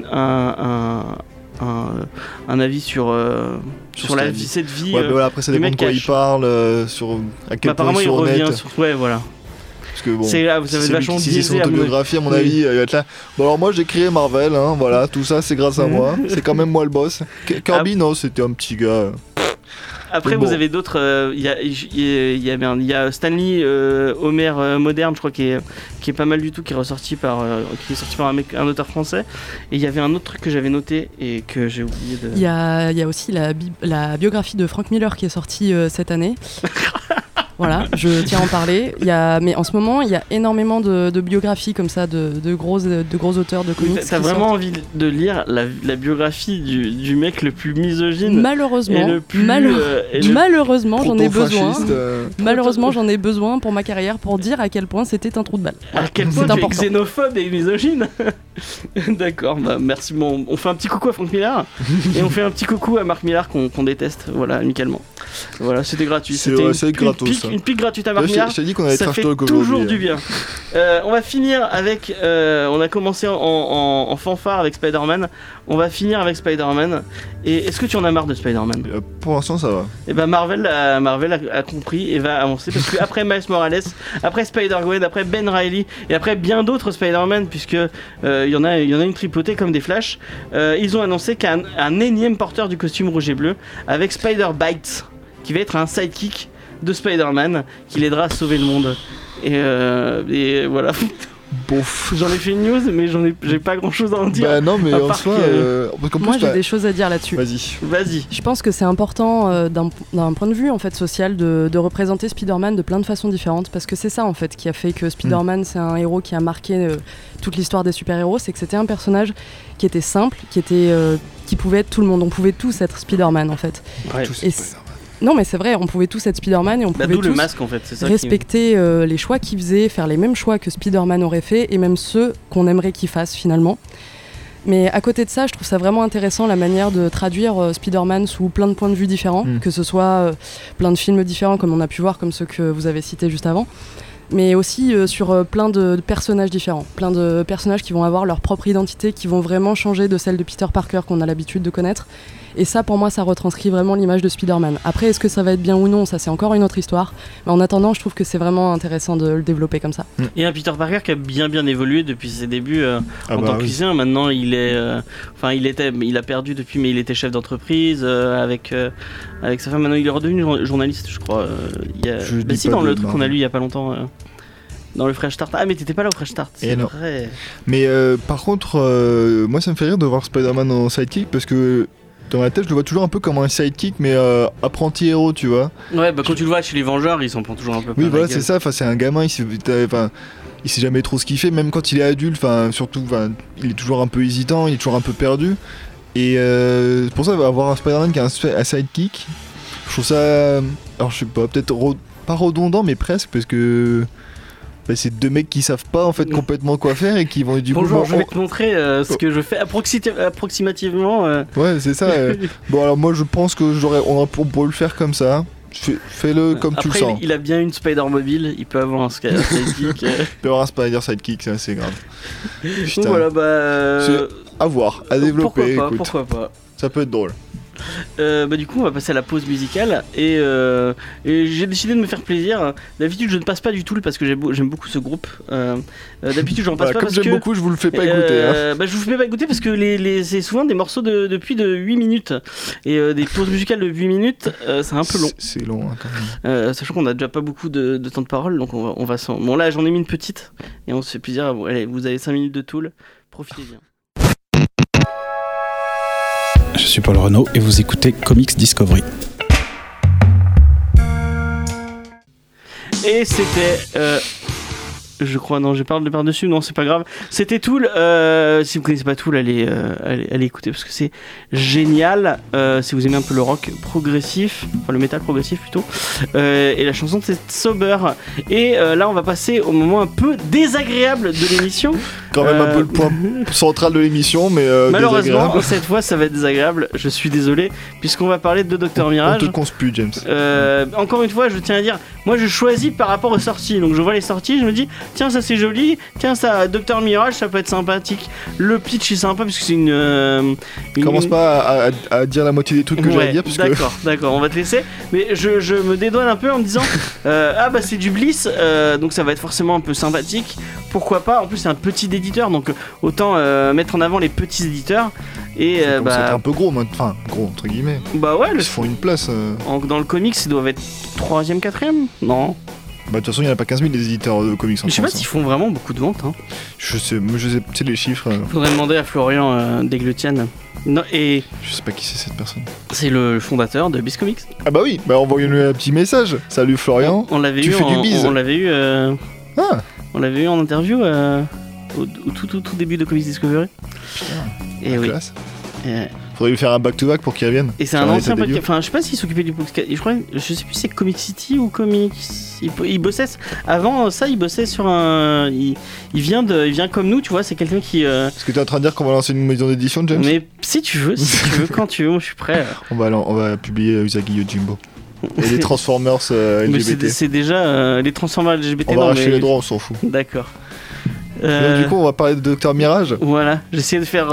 [SPEAKER 2] un avis sur cette vie.
[SPEAKER 3] Ouais, voilà, après ça dépend de quoi il parle, sur à quel point il
[SPEAKER 2] revient sur. Ouais, voilà.
[SPEAKER 3] Parce que bon,
[SPEAKER 2] c'est là, vous avez vachement
[SPEAKER 3] si c'est son autobiographie, à mon avis, il va être là. Bon, alors moi j'ai créé Marvel, hein, voilà, tout ça c'est grâce à moi. C'est quand même moi le boss. Kirby, non, c'était un petit gars.
[SPEAKER 2] Après, vous avez d'autres. Il y a Stanley Homer moderne, je crois, qui est pas mal du tout, qui est sorti par un auteur français. Et il y avait un autre truc que j'avais noté et que j'ai oublié de.
[SPEAKER 4] Il y a aussi la biographie de Frank Miller qui est sortie cette année. Voilà, je tiens à en parler. Mais en ce moment, il y a énormément de biographies comme ça, de gros auteurs de comics.
[SPEAKER 2] T'as vraiment envie de lire la biographie du mec le plus misogyne.
[SPEAKER 4] Malheureusement, malheureusement, j'en ai besoin. Malheureusement, j'en ai besoin pour ma carrière pour dire à quel point c'était un trou de balle.
[SPEAKER 2] À quel point tu es xénophobe et misogyne. D'accord, bah merci. Bon, on fait un petit coucou à Frank Miller et on fait un petit coucou à Mark Millar qu'on déteste. Voilà, amicalement. Voilà, c'était gratuit.
[SPEAKER 3] C'est gratos.
[SPEAKER 2] Une pique gratuite à Mark Millar.
[SPEAKER 3] Je t'ai dit qu'on allait
[SPEAKER 2] ça fait toujours du bien. On va finir avec. On a commencé en fanfare avec Spider-Man. On va finir avec Spider-Man. Et est-ce que tu en as marre de Spider-Man ?
[SPEAKER 3] Pour l'instant, ça va.
[SPEAKER 2] Et ben Marvel a compris et va avancer parce que après Miles Morales, après Spider-Gwen, après Ben Reilly et après bien d'autres Spider-Man, puisque il y en a une tripotée comme des Flash, ils ont annoncé qu'un énième porteur du costume rouge et bleu avec Spider-Bytes, qui va être un sidekick de Spider-Man qui l'aidera à sauver le monde. Et voilà.
[SPEAKER 3] Bof.
[SPEAKER 2] J'en ai fait une news, mais j'ai pas grand chose à en dire.
[SPEAKER 3] Bah non, mais en soi,
[SPEAKER 4] moi j'ai des choses à dire là-dessus.
[SPEAKER 3] Vas-y.
[SPEAKER 4] Je pense que c'est important d'un point de vue en fait social de représenter Spider-Man de plein de façons différentes, parce que c'est ça en fait qui a fait que Spider-Man c'est un héros qui a marqué toute l'histoire des super-héros, c'est que c'était un personnage qui était simple, qui pouvait être tout le monde. On pouvait tous être Spider-Man en fait.
[SPEAKER 2] Ouais.
[SPEAKER 4] Non mais c'est vrai, on pouvait tous être Spider-Man et on pouvait tous
[SPEAKER 2] le masque, en fait. C'est ça
[SPEAKER 4] respecter les choix qu'il faisait, faire les mêmes choix que Spider-Man aurait fait et même ceux qu'on aimerait qu'il fasse finalement. Mais à côté de ça, je trouve ça vraiment intéressant la manière de traduire Spider-Man sous plein de points de vue différents, que ce soit plein de films différents comme on a pu voir, comme ceux que vous avez cités juste avant, mais aussi sur plein de personnages différents, plein de personnages qui vont avoir leur propre identité, qui vont vraiment changer de celle de Peter Parker qu'on a l'habitude de connaître. Et ça, pour moi, ça retranscrit vraiment l'image de Spider-Man. Après, est-ce que ça va être bien ou non, ça c'est encore une autre histoire. Mais en attendant, je trouve que c'est vraiment intéressant de le développer comme ça.
[SPEAKER 2] Et un Peter Parker qui a bien évolué depuis ses débuts en tant que lycéen. Maintenant, il a perdu depuis, mais il était chef d'entreprise avec sa femme. Maintenant, il est redevenu journaliste, je crois. Dans le truc qu'on a lu il y a pas longtemps. Dans le Fresh Start. Ah mais t'étais pas là au Fresh Start, c'est vrai.
[SPEAKER 3] Mais par contre, moi ça me fait rire de voir Spider-Man en sidekick, parce que dans ma tête je le vois toujours un peu comme un sidekick, mais apprenti héros, tu vois.
[SPEAKER 2] Ouais, bah quand tu le vois chez les Vengeurs, il s'en prend toujours un peu.
[SPEAKER 3] Oui voilà, c'est ça, c'est un gamin, il sait jamais trop ce qu'il fait, même quand il est adulte, surtout il est toujours un peu hésitant, il est toujours un peu perdu. Et c'est pour ça avoir un Spider-Man qui a un sidekick, je trouve ça, alors je sais pas, peut-être pas redondant, mais presque, parce que c'est deux mecs qui savent pas en fait complètement quoi faire et qui vont du
[SPEAKER 2] Bonjour, je vais te montrer ce que je fais approximativement.
[SPEAKER 3] Ouais, c'est ça. Bon, alors moi je pense que on peut le faire comme ça. Fais-le comme
[SPEAKER 2] après,
[SPEAKER 3] tu le sens.
[SPEAKER 2] Il a bien une Spider mobile, il peut avoir un sidekick.
[SPEAKER 3] Il peut avoir un Spider sidekick, c'est assez grave.
[SPEAKER 2] Putain. Donc voilà,
[SPEAKER 3] à voir, à développer.
[SPEAKER 2] Pourquoi pas.
[SPEAKER 3] Ça peut être drôle.
[SPEAKER 2] Du coup on va passer à la pause musicale et j'ai décidé de me faire plaisir. D'habitude je ne passe pas du tout parce que j'aime beaucoup ce groupe. D'habitude j'en passe pas
[SPEAKER 3] comme
[SPEAKER 2] parce
[SPEAKER 3] j'aime beaucoup, je vous le fais pas écouter.
[SPEAKER 2] Je vous fais pas écouter parce que c'est souvent des morceaux de plus de 8 minutes et des pauses musicales de 8 minutes, c'est un peu long.
[SPEAKER 3] C'est long quand même.
[SPEAKER 2] Sachant qu'on a déjà pas beaucoup de temps de parole, donc on va bon là j'en ai mis une petite et on se fait plaisir. Allez, vous avez 5 minutes de Tool, profitez bien.
[SPEAKER 5] Je suis Paul Renaud et vous écoutez Comics Discovery.
[SPEAKER 2] Et c'était Je crois, non, j'ai parlé par-dessus, non, c'est pas grave. C'était Tool. Si vous connaissez pas Tool, allez écouter parce que c'est génial. Si vous aimez un peu le rock progressif, enfin le métal progressif plutôt. Et la chanson c'est Sober. Et là, on va passer au moment un peu désagréable de l'émission.
[SPEAKER 3] Quand même un peu le point central de l'émission, mais
[SPEAKER 2] malheureusement, cette fois, ça va être désagréable. Je suis désolé, puisqu'on va parler de Dr Mirage.
[SPEAKER 3] On te conspue, James.
[SPEAKER 2] Encore une fois, je tiens à dire, moi, je choisis par rapport aux sorties. Donc, je vois les sorties, je me dis, tiens, ça c'est joli. Tiens, ça, Dr Mirage, ça peut être sympathique. Le pitch est sympa parce que c'est une.
[SPEAKER 3] Commence pas à dire la moitié des trucs que j'allais dire. Parce
[SPEAKER 2] d'accord, on va te laisser. Mais je me dédouane un peu en me disant, ah bah c'est du Bliss, donc ça va être forcément un peu sympathique. Pourquoi pas? En plus, c'est un petit éditeur, donc autant mettre en avant les petits éditeurs. Et
[SPEAKER 3] c'est un peu gros, enfin gros entre guillemets.
[SPEAKER 2] Bah ouais,
[SPEAKER 3] ils font une place.
[SPEAKER 2] Dans le comics, ils doivent être 3ème, 4ème? Non.
[SPEAKER 3] Bah de toute façon, il n'y en a pas 15 000 des éditeurs de comics en France.
[SPEAKER 2] Je sais pas s'ils font vraiment beaucoup de ventes. Hein.
[SPEAKER 3] Je sais, tu sais les chiffres.
[SPEAKER 2] Faudrait demander à Florian Degletienne. Non, et
[SPEAKER 3] je sais pas qui c'est cette personne.
[SPEAKER 2] C'est le fondateur de Biz Comics.
[SPEAKER 3] Ah bah oui, bah envoyez-lui un petit message. Salut Florian.
[SPEAKER 2] On l'avait eu. On l'avait eu. On l'avait eu en interview au tout début de Comics Discovery.
[SPEAKER 3] Putain.
[SPEAKER 2] Et oui.
[SPEAKER 3] Classe. Faudrait lui faire un back-to-back pour qu'il revienne.
[SPEAKER 2] Et c'est un ancien podcast. Enfin, je sais pas s'il s'occupait du podcast. Je sais plus si c'est Comic City ou Comics. Il bossait. Avant ça, il bossait sur un. Il vient comme nous, tu vois. C'est quelqu'un qui.
[SPEAKER 3] Est-ce que t'es en train de dire qu'on va lancer une maison d'édition, James?
[SPEAKER 2] Mais si tu veux, quand tu veux, moi je suis prêt.
[SPEAKER 3] On va publier Usagi Yojimbo. Et les Transformers LGBT.
[SPEAKER 2] Mais c'est déjà les Transformers LGBT.
[SPEAKER 3] On va racheter les droits, on s'en fout.
[SPEAKER 2] D'accord.
[SPEAKER 3] Donc, du coup, on va parler de Dr Mirage.
[SPEAKER 2] Voilà, j'essaie de faire.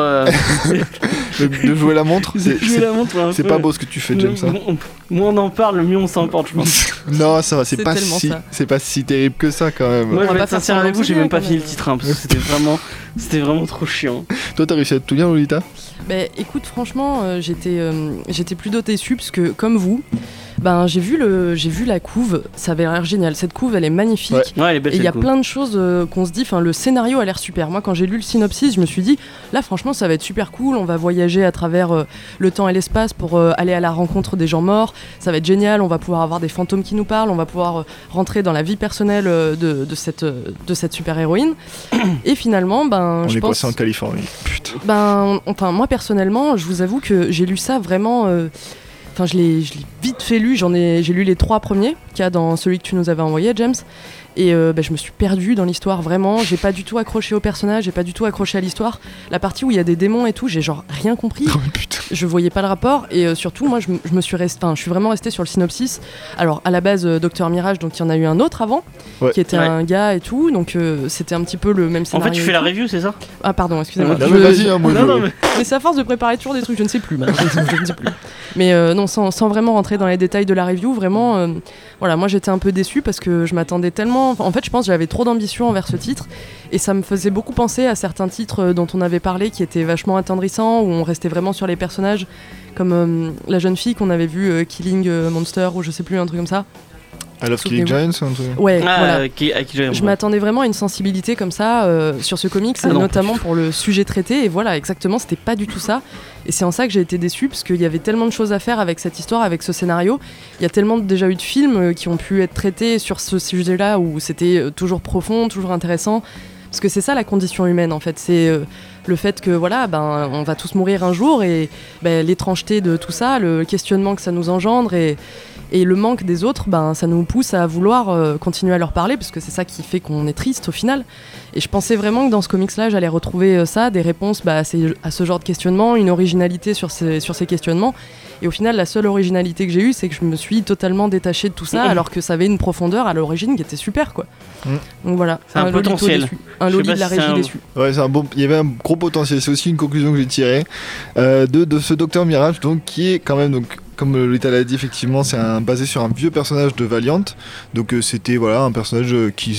[SPEAKER 3] de jouer la montre. C'est
[SPEAKER 2] peu.
[SPEAKER 3] Pas beau ce que tu fais, James.
[SPEAKER 2] Moins on en parle, mieux on s'emporte, je pense.
[SPEAKER 3] Non, ça va, c'est pas si terrible que ça quand même.
[SPEAKER 2] Moi, je vais être sincère avec vous, j'ai même pas fini le titre parce que c'était vraiment trop chiant.
[SPEAKER 3] Toi, t'as réussi à tout lire, Lolita?
[SPEAKER 4] Bah écoute, franchement, j'étais plutôt déçue parce que comme vous. J'ai vu la couve, ça avait l'air génial. Cette couve, elle est magnifique.
[SPEAKER 2] Ouais, elle est belle.
[SPEAKER 4] Et il y a plein de choses qu'on se dit. Enfin, le scénario a l'air super. Moi, quand j'ai lu le synopsis, je me suis dit, là, franchement, ça va être super cool. On va voyager à travers le temps et l'espace pour aller à la rencontre des gens morts. Ça va être génial. On va pouvoir avoir des fantômes qui nous parlent. On va pouvoir rentrer dans la vie personnelle de cette super héroïne. Et finalement, je pense.
[SPEAKER 3] Passé en Californie. Putain.
[SPEAKER 4] Moi personnellement, je vous avoue que j'ai lu ça vraiment. Enfin, je l'ai vite fait lu, j'ai lu les 3 premiers qu'il y a dans celui que tu nous avais envoyé, James. Et je me suis perdue dans l'histoire, vraiment. J'ai pas du tout accroché au personnage, j'ai pas du tout accroché à l'histoire. La partie où il y a des démons et tout, j'ai genre rien compris.
[SPEAKER 3] Oh, putain.
[SPEAKER 4] Je voyais pas le rapport. Et surtout, moi, je suis vraiment restée sur le synopsis. Alors, à la base, Dr Mirage, donc il y en a eu un autre avant, qui était un gars et tout. Donc, c'était un petit peu le même scénario.
[SPEAKER 2] En fait, tu fais la review, c'est ça?
[SPEAKER 4] Ah, pardon, excusez-moi.
[SPEAKER 3] Vas-y, moi
[SPEAKER 4] mais c'est à force de préparer toujours des trucs, je ne sais plus. Je ne sais plus. Mais non, sans vraiment rentrer dans les détails de la review, vraiment, voilà, moi j'étais un peu déçue parce que je m'attendais tellement. En fait, je pense que j'avais trop d'ambition envers ce titre et ça me faisait beaucoup penser à certains titres dont on avait parlé qui étaient vachement attendrissants, où on restait vraiment sur les personnages, comme la jeune fille qu'on avait vue Killing Monster ou je sais plus, un truc comme ça.
[SPEAKER 3] I Love Killing Giants, un truc.
[SPEAKER 4] Ouais, voilà. Je m'attendais vraiment à une sensibilité comme ça sur ce comics, et notamment pour le sujet traité. Et voilà, exactement, c'était pas du tout ça. Et c'est en ça que j'ai été déçue, parce qu'il y avait tellement de choses à faire avec cette histoire, avec ce scénario. Il y a tellement déjà eu de films qui ont pu être traités sur ce sujet-là, où c'était toujours profond, toujours intéressant. Parce que c'est ça la condition humaine, en fait. C'est le fait que, voilà, on va tous mourir un jour, et l'étrangeté de tout ça, le questionnement que ça nous engendre, et le manque des autres, ça nous pousse à vouloir continuer à leur parler, parce que c'est ça qui fait qu'on est triste au final. Et je pensais vraiment que dans ce comics-là, j'allais retrouver ça, des réponses à ce genre de questionnement, une originalité sur ces questionnements. Et au final, la seule originalité que j'ai eue, c'est que je me suis totalement détachée de tout ça, alors que ça avait une profondeur à l'origine qui était super, quoi. Donc voilà,
[SPEAKER 2] c'est un potentiel.
[SPEAKER 4] Un loli de la régie déçue.
[SPEAKER 3] Ouais, il y avait un gros potentiel. C'est aussi une conclusion que j'ai tirée de ce Dr Mirage, donc qui est quand même comme Lolita l'a dit, effectivement, c'est basé sur un vieux personnage de Valiant. Donc c'était un personnage qui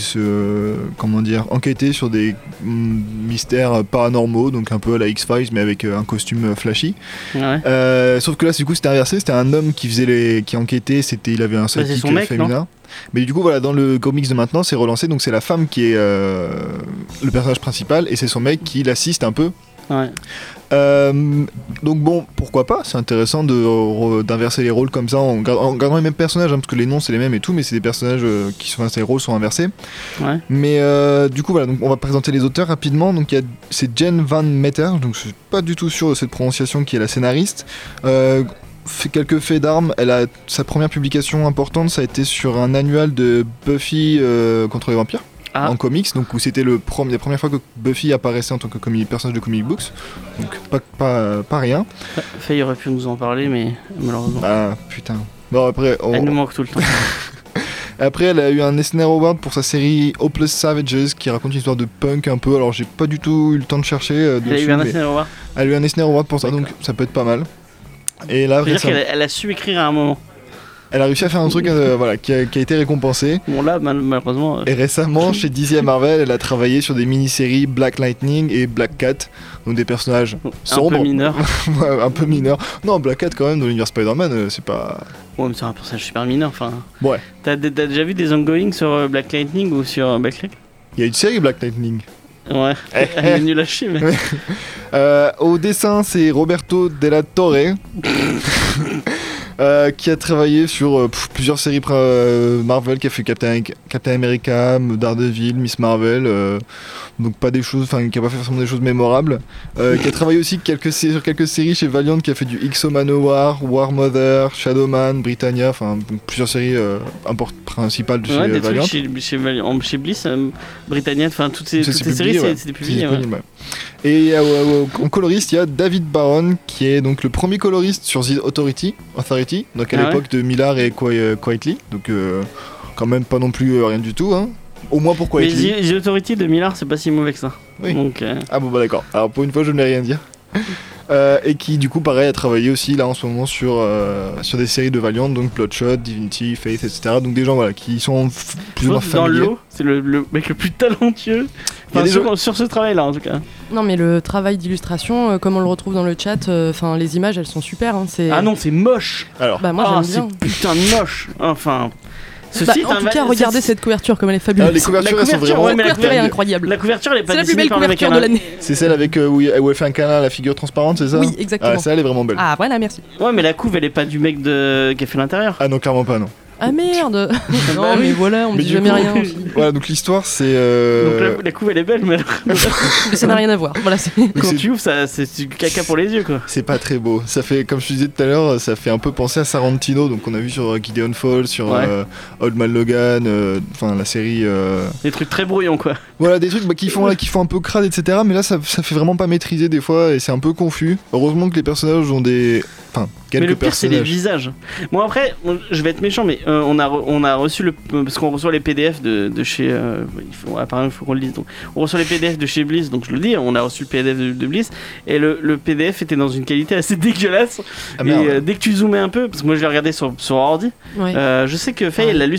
[SPEAKER 3] enquêtait sur des mystères paranormaux, donc un peu à la X-Files, mais avec un costume flashy. Ouais. Sauf que là, du coup, c'était inversé. C'était un homme qui enquêtait. Il avait un sidekick féminin. Non, mais du coup, voilà, dans le comics de maintenant, c'est relancé. Donc c'est la femme qui est le personnage principal, et c'est son mec qui l'assiste un peu
[SPEAKER 2] Ouais.
[SPEAKER 3] Donc bon, pourquoi pas, c'est intéressant d'inverser les rôles comme ça en gardant les mêmes personnages, parce que les noms c'est les mêmes et tout, mais c'est des personnages les rôles sont inversés.
[SPEAKER 2] Ouais.
[SPEAKER 3] Mais du coup voilà, donc on va présenter les auteurs rapidement. Donc c'est Jen Van Meter, donc je suis pas du tout sûr de cette prononciation, qui est la scénariste. Fait quelques faits d'armes. Sa première publication importante, ça a été sur un annual de Buffy contre les vampires. En comics, donc où c'était la première fois que Buffy apparaissait en tant que personnage de comic books, donc pas rien.
[SPEAKER 2] Faye aurait pu nous en parler, mais malheureusement.
[SPEAKER 3] Ah putain. Bon après.
[SPEAKER 2] Elle nous manque tout le temps.
[SPEAKER 3] Après, elle a eu un Eisner Award pour sa série Hopeless Savages, qui raconte une histoire de punk un peu. Alors j'ai pas du tout eu le temps de chercher.
[SPEAKER 2] Elle a eu un Eisner Award.
[SPEAKER 3] Elle a eu un Eisner Award pour ça, donc ça peut être pas mal. Et là,
[SPEAKER 2] dire qu'elle a su écrire à un moment.
[SPEAKER 3] Elle a réussi à faire un truc qui a été récompensé.
[SPEAKER 2] Bon là, malheureusement...
[SPEAKER 3] Et récemment, chez DC et Marvel, elle a travaillé sur des mini-séries Black Lightning et Black Cat, donc des personnages sombres.
[SPEAKER 2] Un peu mineurs.
[SPEAKER 3] Ouais, un peu mineurs. Non, Black Cat quand même, dans l'univers Spider-Man, c'est pas...
[SPEAKER 2] Ouais, mais c'est un personnage super mineur, enfin...
[SPEAKER 3] Ouais.
[SPEAKER 2] T'as déjà vu des ongoing sur Black Lightning ou sur Black Lightning?
[SPEAKER 3] Il y a une série Black Lightning.
[SPEAKER 2] Ouais, elle est nulle à chier, mais...
[SPEAKER 3] Au dessin, c'est Roberto Della Torre. Qui a travaillé sur plusieurs séries Marvel, qui a fait Captain America, Daredevil, Miss Marvel, donc pas des choses, enfin qui a pas fait forcément des choses mémorables, qui a travaillé aussi sur quelques séries chez Valiant, qui a fait du X-O Manowar, War Mother, Shadowman, Britannia, enfin plusieurs séries principales de chez Valiant.
[SPEAKER 2] Chez Bliss, Britannia, enfin toutes ces séries, c'est des publiés.
[SPEAKER 3] Et en coloriste, il y a David Baron, qui est donc le premier coloriste sur The Authority, donc à l'époque de Millar et Quitely, donc quand même pas non plus rien du tout, hein. Au moins pour Quitely.
[SPEAKER 2] Mais The Authority de Millar, c'est pas si mauvais que ça.
[SPEAKER 3] Oui.
[SPEAKER 2] Donc,
[SPEAKER 3] Ah bon bah d'accord, alors pour une fois je n'ai rien dire. Et qui du coup pareil a travaillé aussi là en ce moment sur des séries de Valiant, donc Bloodshot, Divinity, Faith, etc. Donc des gens voilà qui sont plus ou moins familiers.
[SPEAKER 2] Dans l'eau, c'est le mec le plus talentueux. Enfin, sur ce travail là en tout cas.
[SPEAKER 4] Non mais le travail d'illustration, comme on le retrouve dans le chat, les images elles sont super. Hein,
[SPEAKER 2] Ah non c'est moche.
[SPEAKER 4] Alors moi j'aime bien.
[SPEAKER 2] C'est putain de moche. Enfin.
[SPEAKER 4] En tout cas, regardez cette couverture comme elle est fabuleuse.
[SPEAKER 3] Les couvertures elles sont vraiment
[SPEAKER 4] est incroyable.
[SPEAKER 2] La couverture elle est pas
[SPEAKER 4] c'est la plus belle couverture de l'année.
[SPEAKER 3] C'est celle avec où elle fait un câlin à la figure transparente, c'est ça?
[SPEAKER 4] Oui, exactement.
[SPEAKER 3] Ah, ça elle est vraiment belle.
[SPEAKER 4] Ah voilà, merci.
[SPEAKER 2] Ouais, mais la couve elle est pas du mec qui a fait l'intérieur.
[SPEAKER 3] Ah non, clairement pas, non.
[SPEAKER 4] Ah merde. Non mais voilà, on me dit jamais rien.
[SPEAKER 3] Voilà, donc l'histoire c'est...
[SPEAKER 2] Donc la couve elle est belle, mais
[SPEAKER 4] ça n'a rien à voir. Voilà,
[SPEAKER 2] quand tu ouvres, c'est du caca pour les yeux quoi.
[SPEAKER 3] C'est pas très beau. Ça fait, comme je te disais tout à l'heure, ça fait un peu penser à Sarantino, donc on a vu sur Gideon Falls, sur Old Man Logan, la série...
[SPEAKER 2] Des trucs très brouillons quoi.
[SPEAKER 3] Voilà, des trucs qui font un peu crade, etc. Mais là ça fait vraiment pas maîtriser des fois et c'est un peu confus. Heureusement que les personnages ont des...
[SPEAKER 2] Mais le pire c'est les visages. Bon après, je vais être méchant, mais on a reçu parce qu'on reçoit les PDF de chez apparemment il faut qu'on le lise, donc on reçoit les PDF de chez Bliss, donc je le dis, on a reçu le PDF de Bliss et le PDF était dans une qualité assez dégueulasse. Et dès que tu zoomais un peu, parce que moi je l'ai regardé sur ordi, je sais que Faye elle l'a lu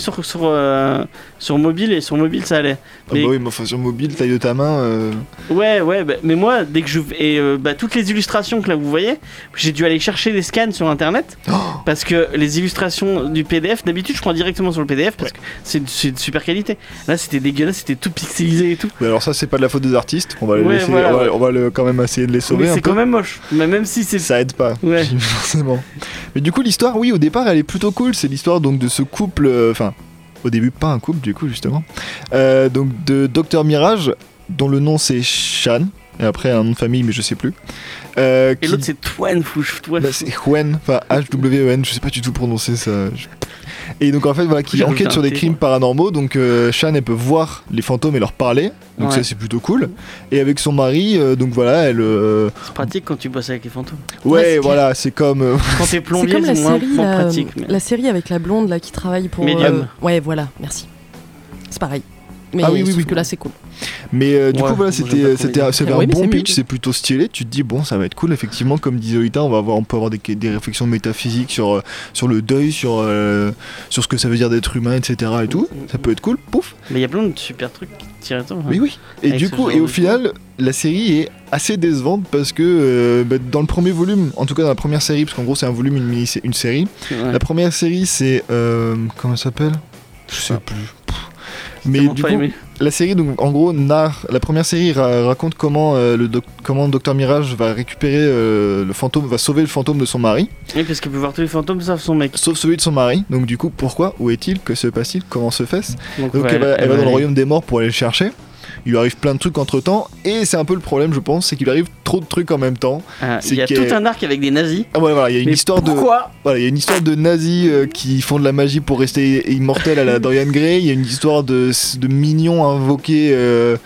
[SPEAKER 2] sur mobile, et sur mobile ça allait.
[SPEAKER 3] Mais sur mobile, taille de ta main.
[SPEAKER 2] Ouais, mais moi dès que toutes les illustrations que là vous voyez, j'ai dû aller chercher des scans sur internet parce que les illustrations du PDF, d'habitude je prends directement sur le PDF parce que c'est de super qualité. Là c'était dégueulasse, c'était tout pixelisé et tout.
[SPEAKER 3] Mais alors ça c'est pas de la faute des artistes, on va les laisser, on va quand même essayer de les sauver.
[SPEAKER 2] Mais c'est quand même moche, mais même si c'est...
[SPEAKER 3] Ça aide pas, forcément. Mais du coup l'histoire, oui, au départ elle est plutôt cool, c'est l'histoire donc de ce couple, au début pas un couple du coup justement, donc de Dr Mirage dont le nom c'est Shan. Et après un nom de famille mais je sais plus.
[SPEAKER 2] Et l'autre c'est Twen.
[SPEAKER 3] C'est Hwen, H-W-E-N, je sais pas du tout prononcer ça. Et donc en fait qui enquête sur des crimes paranormaux. Donc Shan elle peut voir les fantômes et leur parler. Donc ça c'est plutôt cool. Et avec son mari, elle...
[SPEAKER 2] C'est pratique quand tu bosses avec les fantômes.
[SPEAKER 3] Ouais voilà, c'est comme...
[SPEAKER 2] Quand t'es plombier c'est moins pratique.
[SPEAKER 4] La série avec la blonde là qui travaille pour...
[SPEAKER 2] Medium.
[SPEAKER 4] Ouais voilà, merci. C'est pareil. Mais sauf que là c'est cool.
[SPEAKER 3] Mais du coup voilà, c'était un bon pitch, c'est plutôt stylé. Tu te dis bon ça va être cool, effectivement comme disait Olita, on peut avoir des réflexions métaphysiques sur le deuil, sur ce que ça veut dire d'être humain, etc. et tout. Ça peut être cool, pouf.
[SPEAKER 2] Mais il y a plein de super trucs qui tirent à toi.
[SPEAKER 3] Mais oui. Et du coup au final la série est assez décevante parce que dans le premier volume, en tout cas dans la première série, parce qu'en gros c'est un volume, une série. La première série c'est comment ça s'appelle ? Je sais plus. Mais du coup, la série, donc, en gros, la première série raconte comment Dr Mirage va récupérer le fantôme, va sauver le fantôme de son mari.
[SPEAKER 2] Oui, parce qu'il peut voir tous les fantômes sauf son mec.
[SPEAKER 3] Sauf celui de son mari. Donc du coup, pourquoi ? Où est-il ? Que se passe-t-il ? Comment se fait-ce ? Donc elle va dans le royaume des morts pour aller le chercher. Il lui arrive plein de trucs entre temps, et c'est un peu le problème, je pense, c'est qu'il lui arrive trop de trucs en même temps.
[SPEAKER 2] Il y a tout un arc avec des nazis.
[SPEAKER 3] Ah ouais, voilà, il y a une histoire il y a une histoire de nazis qui font de la magie pour rester immortels à la Dorian Gray. Il y a une histoire de mignons invoqués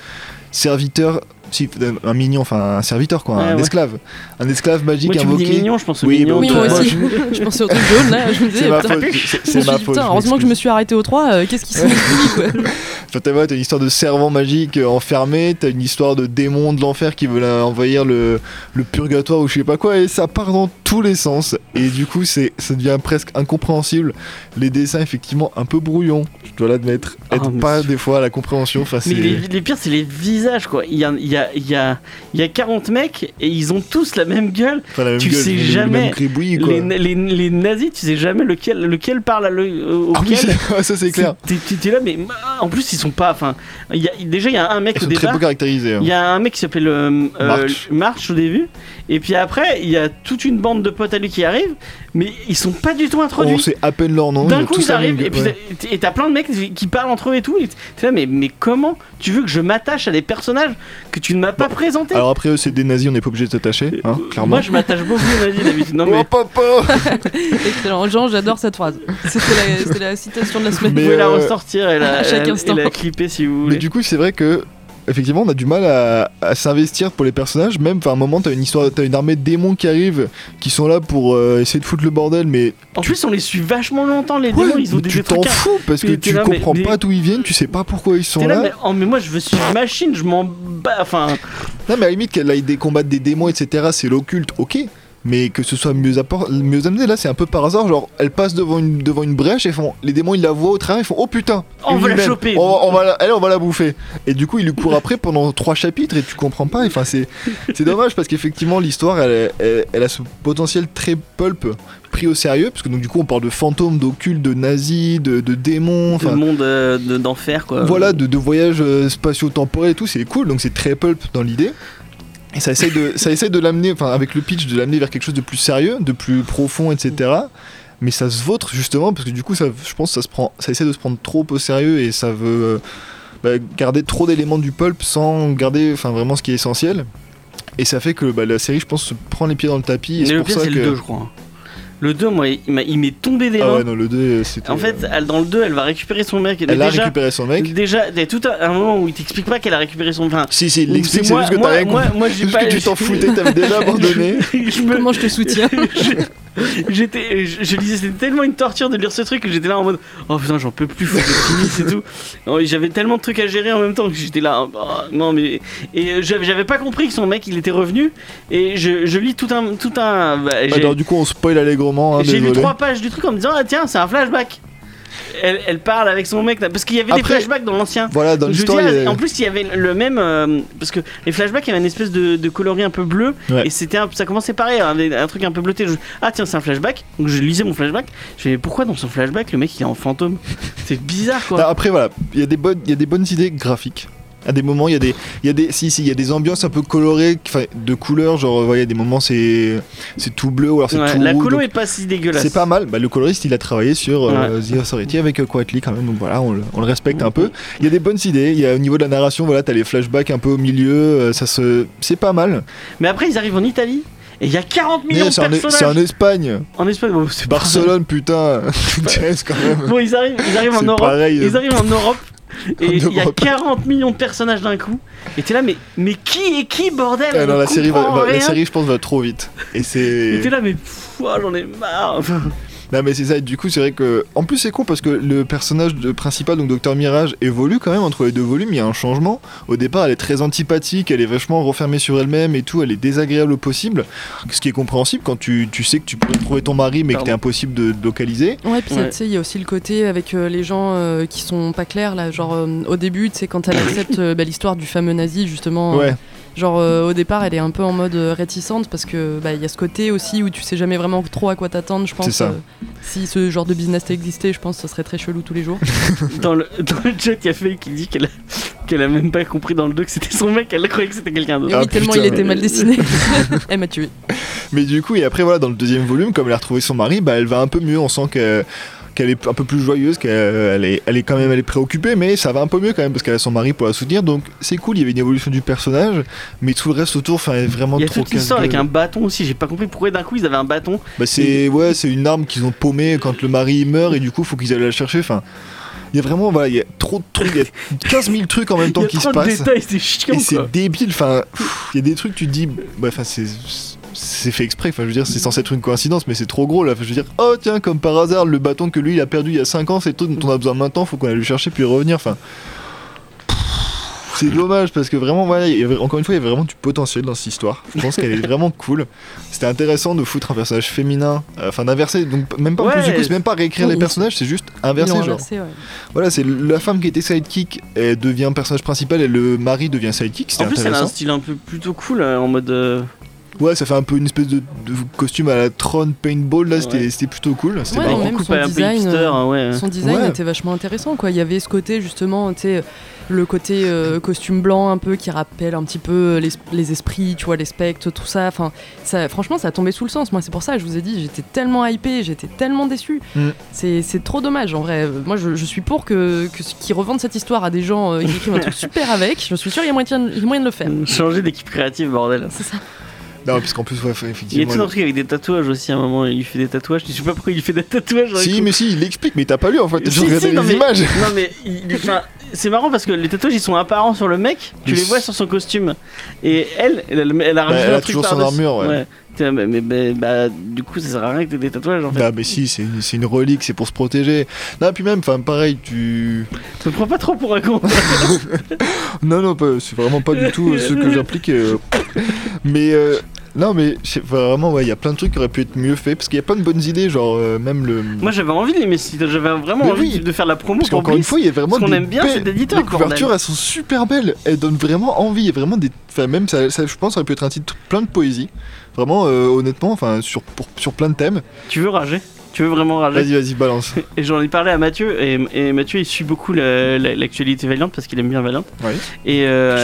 [SPEAKER 3] serviteurs. Si, un mignon, enfin un serviteur quoi, un esclave magique invoqué.
[SPEAKER 2] Moi tu me dis mignon, je pense au
[SPEAKER 4] mignon.
[SPEAKER 2] Oui,
[SPEAKER 4] moi aussi. Je pensais au truc jaune là, je me disais
[SPEAKER 3] c'est ma faute.
[SPEAKER 4] Heureusement que je me suis arrêté au 3, qu'est-ce qui s'est dit quoi.
[SPEAKER 3] Enfin, t'as une histoire de servant magique enfermé, t'as une histoire de démon de l'enfer qui veut envahir le purgatoire ou je sais pas quoi, et ça part dans tous les sens. Et du coup, ça devient presque incompréhensible. Les dessins, effectivement, un peu brouillons, je dois l'admettre, aident pas des fois à la compréhension. Enfin,
[SPEAKER 2] mais les pires, c'est les visages quoi. Il y a 40 mecs et ils ont tous la même gueule.
[SPEAKER 3] Enfin, la même
[SPEAKER 2] tu
[SPEAKER 3] gueule,
[SPEAKER 2] sais jamais.
[SPEAKER 3] Gribouillis, quoi.
[SPEAKER 2] Les nazis, tu sais jamais lequel parle auquel.
[SPEAKER 3] Ah oui, ça c'est clair.
[SPEAKER 2] T'es là, mais en plus ils sont pas. Enfin, déjà il y a un mec
[SPEAKER 3] ils
[SPEAKER 2] au départ.
[SPEAKER 3] Très peu caractérisés.
[SPEAKER 2] Il y a un mec qui s'appelle March au début, et puis après il y a toute une bande de potes à lui qui arrivent, mais ils sont pas du tout introduits.
[SPEAKER 3] On sait à peine leur nom.
[SPEAKER 2] D'un coup ils arrivent et t'as plein de mecs qui parlent entre eux et tout. Et t'es là, mais comment tu veux que je m'attache à des personnages que tu ne m'as pas présentés?
[SPEAKER 3] Alors après eux c'est des nazis, on n'est pas obligé de s'attacher, hein, clairement.
[SPEAKER 2] Moi je m'attache beaucoup aux nazis d'habitude. Non mais
[SPEAKER 4] excellent, Jean, j'adore cette phrase. C'était la citation de la semaine.
[SPEAKER 2] Vous pouvez la ressortir et la clipper si vous voulez.
[SPEAKER 3] Mais du coup c'est vrai que effectivement on a du mal à s'investir pour les personnages. Même à un moment t'as une armée de démons qui arrivent, qui sont là pour essayer de foutre le bordel, mais
[SPEAKER 2] en plus on les suit vachement longtemps les démons. Ils ont des trucs.
[SPEAKER 3] Tu t'en fous parce que tu comprends pas d'où ils viennent, tu sais pas pourquoi ils sont là.
[SPEAKER 2] Mais moi je veux suivre Machine, je m'en bats. Enfin.
[SPEAKER 3] Non mais à la limite qu'elle aille combattre des démons etc, c'est l'occulte, ok. Mais que ce soit mieux amené, là c'est un peu par hasard, genre elle passe devant une brèche et les démons ils la voient au travers, ils font oh putain,
[SPEAKER 2] on va la choper,
[SPEAKER 3] on va la bouffer. Et du coup il lui court après pendant 3 chapitres et tu comprends pas, enfin c'est dommage parce qu'effectivement l'histoire elle a ce potentiel très pulp pris au sérieux, parce que donc du coup on parle de fantômes, d'occultes, de nazis, de démons,
[SPEAKER 2] de monde d'enfer quoi.
[SPEAKER 3] Voilà, de voyages spatio-temporels et tout, c'est cool, donc c'est très pulp dans l'idée. Et ça essaie de l'amener, enfin avec le pitch, de l'amener vers quelque chose de plus sérieux, de plus profond, etc. Mais ça se vautre justement parce que du coup, je pense que ça essaie de se prendre trop au sérieux et ça veut garder trop d'éléments du pulp sans garder, vraiment ce qui est essentiel. Et ça fait que la série, je pense, se prend les pieds dans le tapis. Et
[SPEAKER 2] mais le pire, c'est le 2, je crois. Le 2, moi, il m'est tombé des mains.
[SPEAKER 3] Ah ouais, non, le 2, c'était...
[SPEAKER 2] En fait, dans le 2, elle va récupérer son mec.
[SPEAKER 3] Elle a récupéré son mec.
[SPEAKER 2] Déjà, il y a tout un moment où il t'explique pas qu'elle a récupéré son... Enfin,
[SPEAKER 3] si, il l'explique, c'est juste que t'as rien compris. Moi, j'ai pas... que tu t'en foutais, t'avais déjà abandonné.
[SPEAKER 4] Comment je te soutiens.
[SPEAKER 2] Je lisais, c'était tellement une torture de lire ce truc que j'étais là en mode oh putain j'en peux plus, faut que je finisse et tout. J'avais tellement de trucs à gérer en même temps que j'étais là non mais et j'avais pas compris que son mec il était revenu et je lis tout un
[SPEAKER 3] alors du coup on spoil allègrement hein,
[SPEAKER 2] j'ai lu 3 pages du truc en me disant ah tiens c'est un flashback. Elle parle avec son mec parce qu'il y avait des flashbacks dans l'ancien.
[SPEAKER 3] Voilà, dans l'histoire.
[SPEAKER 2] En plus, il y avait le même parce que les flashbacks, il y avait une espèce de coloris un peu bleu et ça commençait pareil, un truc un peu bleuté. Ah tiens, c'est un flashback. Donc je lisais mon flashback. Je me disais pourquoi dans son flashback le mec il est en fantôme. C'est bizarre quoi.
[SPEAKER 3] Après voilà, il y a des bonnes idées graphiques. À des moments, il y a des ambiances un peu colorées, de couleurs, genre il y a des moments c'est tout bleu ou alors c'est tout
[SPEAKER 2] la
[SPEAKER 3] rouge.
[SPEAKER 2] colo
[SPEAKER 3] donc,
[SPEAKER 2] est pas si dégueulasse.
[SPEAKER 3] C'est pas mal. Le coloriste il a travaillé sur The Authority avec Quately quand même, donc voilà on le respecte un peu. Il y a des bonnes idées. Il y a au niveau de la narration, voilà t'as les flashbacks un peu au milieu, c'est pas mal.
[SPEAKER 2] Mais après ils arrivent en Italie. Et il y a 40 millions de personnages.
[SPEAKER 3] C'est en Espagne.
[SPEAKER 2] En Espagne, bon, c'est
[SPEAKER 3] Barcelone, putain. quand même.
[SPEAKER 2] Bon, ils arrivent en Europe.
[SPEAKER 3] Pareil.
[SPEAKER 2] Ils arrivent en Europe. Et il y a 40 millions de personnages d'un coup. Et t'es là, mais qui est qui, bordel?
[SPEAKER 3] Non, la série, je pense, va trop vite. Et
[SPEAKER 2] t'es là, mais j'en ai marre.
[SPEAKER 3] Non mais c'est ça, et du coup c'est vrai que en plus c'est con parce que le personnage principal, donc Dr Mirage, évolue quand même entre les 2 volumes. Il y a un changement. Au départ elle est très antipathique, elle est vachement refermée sur elle-même et tout, elle est désagréable au possible, ce qui est compréhensible quand tu sais que tu peux trouver ton mari mais que t'es impossible de localiser.
[SPEAKER 4] Ouais, puis tu sais il y a aussi le côté avec les gens qui sont pas clairs là, genre au début tu sais quand elle accepte l'histoire du fameux nazi justement.
[SPEAKER 3] Ouais.
[SPEAKER 4] Genre au départ elle est un peu en mode réticente parce que y a ce côté aussi où tu sais jamais vraiment trop à quoi t'attendre, je pense.
[SPEAKER 3] C'est ça.
[SPEAKER 4] Si ce genre de business existait, je pense que ça serait très chelou tous les jours.
[SPEAKER 2] Dans le chat, il y a Faye qui dit qu'elle a même pas compris dans le 2 que c'était son mec, elle croyait que c'était quelqu'un d'autre.
[SPEAKER 4] Et oui, tellement il était mal dessiné. Elle m'a tué.
[SPEAKER 3] Mais du coup, et après voilà, dans le deuxième volume, comme elle a retrouvé son mari, elle va un peu mieux, on sent qu'elle est un peu plus joyeuse, qu'elle est quand même préoccupée, mais ça va un peu mieux quand même parce qu'elle a son mari pour la soutenir, donc c'est cool, il y avait une évolution du personnage, mais tout le reste autour est vraiment trop casse-gueule.
[SPEAKER 2] Il y a toute l'histoire avec un bâton aussi, j'ai pas compris pourquoi d'un coup ils avaient un bâton.
[SPEAKER 3] C'est une arme qu'ils ont paumée quand le mari meurt et du coup faut qu'ils aillent la chercher, il y a vraiment, il y a trop de trucs, il y a 15 000 trucs en même temps qui se passent.
[SPEAKER 2] Détails, c'est chiant,
[SPEAKER 3] et c'est débile, il y a des trucs, tu te dis, c'est fait exprès, je veux dire, c'est censé être une coïncidence, mais c'est trop gros là, je veux dire, oh tiens, comme par hasard, le bâton que lui il a perdu il y a 5 ans, c'est tout dont on a besoin maintenant, faut qu'on aille le chercher puis revenir, c'est dommage parce que vraiment, encore une fois, il y avait vraiment du potentiel dans cette histoire. Je pense qu'elle est vraiment cool. C'était intéressant de foutre un personnage féminin, d'inverser, donc même pas en plus, du coup, c'est même pas réécrire les personnages, c'est juste inverser, genre. Voilà, c'est la femme qui était sidekick, elle devient personnage principal et le mari devient sidekick. C'était intéressant.
[SPEAKER 2] En plus, elle a un style un peu plutôt cool en mode.
[SPEAKER 3] Ouais, ça fait un peu une espèce de costume à la Tron Paintball, là, c'était plutôt cool. C'était
[SPEAKER 4] marrant. Même son design était vachement intéressant, quoi. Il y avait ce côté, justement, tu sais, le côté costume blanc un peu qui rappelle un petit peu les esprits, tu vois, les spectres, tout ça. Franchement, ça a tombé sous le sens. Moi, c'est pour ça, je vous ai dit, j'étais tellement hypée, j'étais tellement déçue. C'est trop dommage, en vrai. Moi, je suis pour qu'ils revendent cette histoire à des gens qui écrivent un truc super avec. Je suis sûr qu'il y a moyen de le faire.
[SPEAKER 2] Changer d'équipe créative, bordel.
[SPEAKER 4] C'est ça.
[SPEAKER 3] Non, puisqu'en plus, effectivement.
[SPEAKER 2] Il y a tout un truc avec des tatouages aussi, à un moment, il lui fait des tatouages. Je sais pas pourquoi il fait des tatouages.
[SPEAKER 3] Mais si, il l'explique, mais t'as pas lu en fait, t'as juste regardé les images.
[SPEAKER 2] Non, mais c'est marrant parce que les tatouages ils sont apparents sur le mec, tu les vois sur son costume. Et elle a rajouté un truc
[SPEAKER 3] toujours son armure, ouais.
[SPEAKER 2] Mais du coup, ça sert à rien que t'aies des tatouages en fait.
[SPEAKER 3] Bah, mais si, c'est une relique, c'est pour se protéger. Non, puis même, pareil, tu.
[SPEAKER 2] Me prends pas trop pour un con.
[SPEAKER 3] Non, c'est vraiment pas du tout ce que j'implique. Mais. Non mais vraiment il y a plein de trucs qui auraient pu être mieux faits parce qu'il y a plein de bonnes idées, genre même le.
[SPEAKER 2] Moi j'avais envie j'avais vraiment envie de faire la promo
[SPEAKER 3] parce qu'encore une fois il y a vraiment
[SPEAKER 2] qu'on aime bien cet éditeur.
[SPEAKER 3] Les couvertures elles sont super belles, elles donnent vraiment envie, il y a vraiment des, même ça je pense ça aurait pu être un titre plein de poésie, vraiment honnêtement, sur plein de thèmes.
[SPEAKER 2] Tu veux rager? Tu veux vraiment rager?
[SPEAKER 3] Vas-y, balance.
[SPEAKER 2] Et j'en ai parlé à Mathieu, et Mathieu il suit beaucoup l'actualité Valiant parce qu'il aime bien Valiant.
[SPEAKER 3] Ouais.
[SPEAKER 2] Et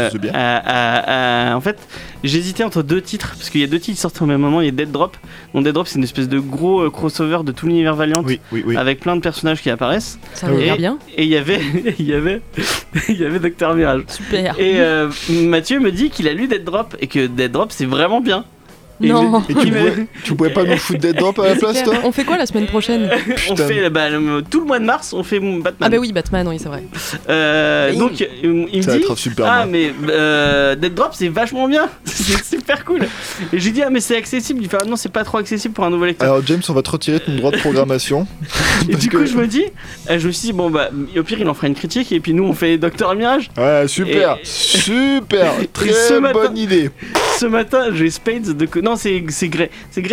[SPEAKER 2] en fait, j'hésitais entre deux titres parce qu'il y a deux titres qui sortent au même moment. Il y a Dead Drop. Donc Dead Drop, c'est une espèce de gros crossover de tout l'univers Valiant,
[SPEAKER 3] oui.
[SPEAKER 2] avec plein de personnages qui apparaissent.
[SPEAKER 4] Ça va bien.
[SPEAKER 2] Et il y avait Dr Mirage.
[SPEAKER 4] Super.
[SPEAKER 2] Et Mathieu me dit qu'il a lu Dead Drop et que Dead Drop c'est vraiment bien.
[SPEAKER 4] Non.
[SPEAKER 3] Et tu pouvais pas nous foutre Dead Drop à la place, toi?
[SPEAKER 4] On fait quoi la semaine prochaine?
[SPEAKER 2] On fait tout le mois de mars, on fait Batman.
[SPEAKER 4] Ah bah oui, Batman, oui c'est vrai.
[SPEAKER 2] Donc il me dit mais Dead Drop c'est vachement bien, c'est super cool. Et j'ai dit mais c'est accessible. Il fait non c'est pas trop accessible pour un nouveau lecteur.
[SPEAKER 3] Alors James, on va te retirer ton droit de programmation.
[SPEAKER 2] Et du coup je me suis dit bon au pire il en fera une critique et puis nous on fait Dr Mirage.
[SPEAKER 3] Ouais super, très bonne idée.
[SPEAKER 2] Ce matin j'ai Spades non c'est Grey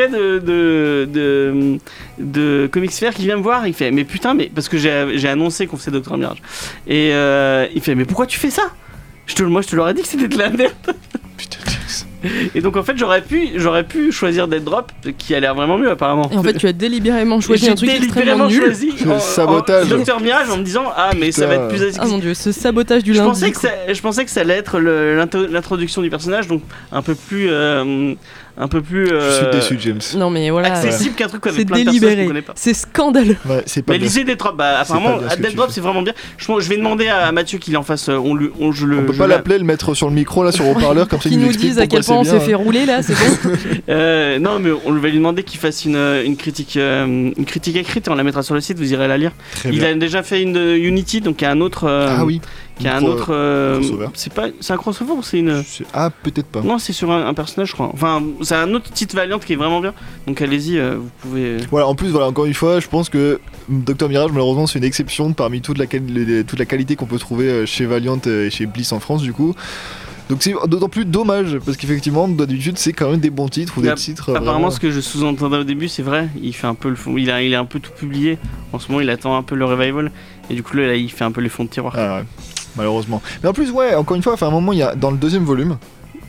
[SPEAKER 2] de Comics Fair qui vient me voir, il fait mais putain parce que j'ai annoncé qu'on faisait Dr Mirage et il fait mais pourquoi tu fais ça? Moi je te l'aurais dit que c'était de la merde.
[SPEAKER 3] Putain.
[SPEAKER 2] Et donc en fait j'aurais pu choisir Dead Drop qui a l'air vraiment mieux apparemment.
[SPEAKER 4] Et en fait tu as délibérément choisi un truc extrêmement nul.
[SPEAKER 3] Le sabotage.
[SPEAKER 2] Dr Mirage en me disant mais ça va être plus accessible.
[SPEAKER 4] Ah mon dieu, ce sabotage du lundi.
[SPEAKER 2] Je pensais que ça allait être l'introduction du personnage, donc un peu plus
[SPEAKER 3] je suis déçu, James.
[SPEAKER 4] Non mais voilà,
[SPEAKER 2] accessible qu'un truc avec plein
[SPEAKER 4] de
[SPEAKER 2] personnes qu'on connaît pas.
[SPEAKER 4] C'est scandaleux.
[SPEAKER 3] Ouais, c'est pas
[SPEAKER 2] mais lisez Dead Drop, apparemment Dead Drop c'est vraiment bien. Je vais demander à Mathieu qu'il en fasse on
[SPEAKER 3] peut pas l'appeler, le mettre sur le micro là sur haut-parleur comme ça
[SPEAKER 4] il nous dise à quel point on s'est fait rouler là, c'est bon.
[SPEAKER 2] Non mais on va lui demander qu'il fasse une critique écrite et on la mettra sur le site, vous irez la lire. Il a déjà fait une Unity, donc il y a un autre qui a un autre c'est un crossover ou c'est une
[SPEAKER 3] peut-être pas.
[SPEAKER 2] Non, c'est sur un personnage je crois. Enfin, c'est un autre titre Valiant qui est vraiment bien. Donc allez-y, vous pouvez.
[SPEAKER 3] Voilà, en plus encore une fois, je pense que Dr Mirage malheureusement c'est une exception parmi toute la qualité qu'on peut trouver chez Valiant et chez Bliss en France du coup. Donc c'est d'autant plus dommage parce qu'effectivement d'habitude c'est quand même des bons titres ou des titres.
[SPEAKER 2] Apparemment
[SPEAKER 3] vraiment...
[SPEAKER 2] ce que je sous-entendais au début c'est vrai, il fait un peu il a un peu tout publié. En ce moment il attend un peu le revival et du coup là il fait un peu les fonds de tiroir.
[SPEAKER 3] Ah ouais, malheureusement. Mais en plus encore une fois, à un moment il y a dans le deuxième volume.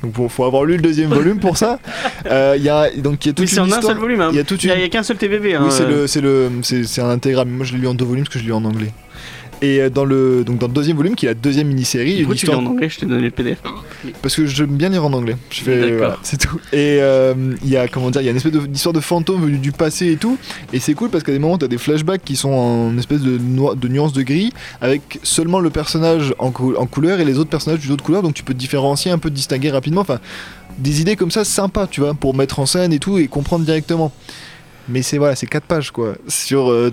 [SPEAKER 3] Donc faut avoir lu le deuxième volume pour ça. Il y a toute une histoire.
[SPEAKER 2] C'est en un seul volume.
[SPEAKER 3] Il y a
[SPEAKER 2] qu'un seul TVB.
[SPEAKER 3] Oui, c'est un intégral. Moi, je l'ai lu en 2 volumes parce que je l'ai lu en anglais. Et dans le deuxième volume, qui est la deuxième mini-série,
[SPEAKER 2] pourquoi tu lis en anglais? Je t'ai donné le PDF.
[SPEAKER 3] Parce que j'aime bien lire en anglais. Voilà, c'est tout. Et il y a une espèce d'histoire de fantôme venu du passé et tout. Et c'est cool parce qu'à des moments, t'as des flashbacks qui sont en espèce de nuances de gris, avec seulement le personnage en couleur et les autres personnages d'une autre couleur. Donc tu peux te différencier, un peu te distinguer rapidement. Enfin, des idées comme ça, sympa, tu vois, pour mettre en scène et tout et comprendre directement. Mais c'est 4 pages quoi. Sur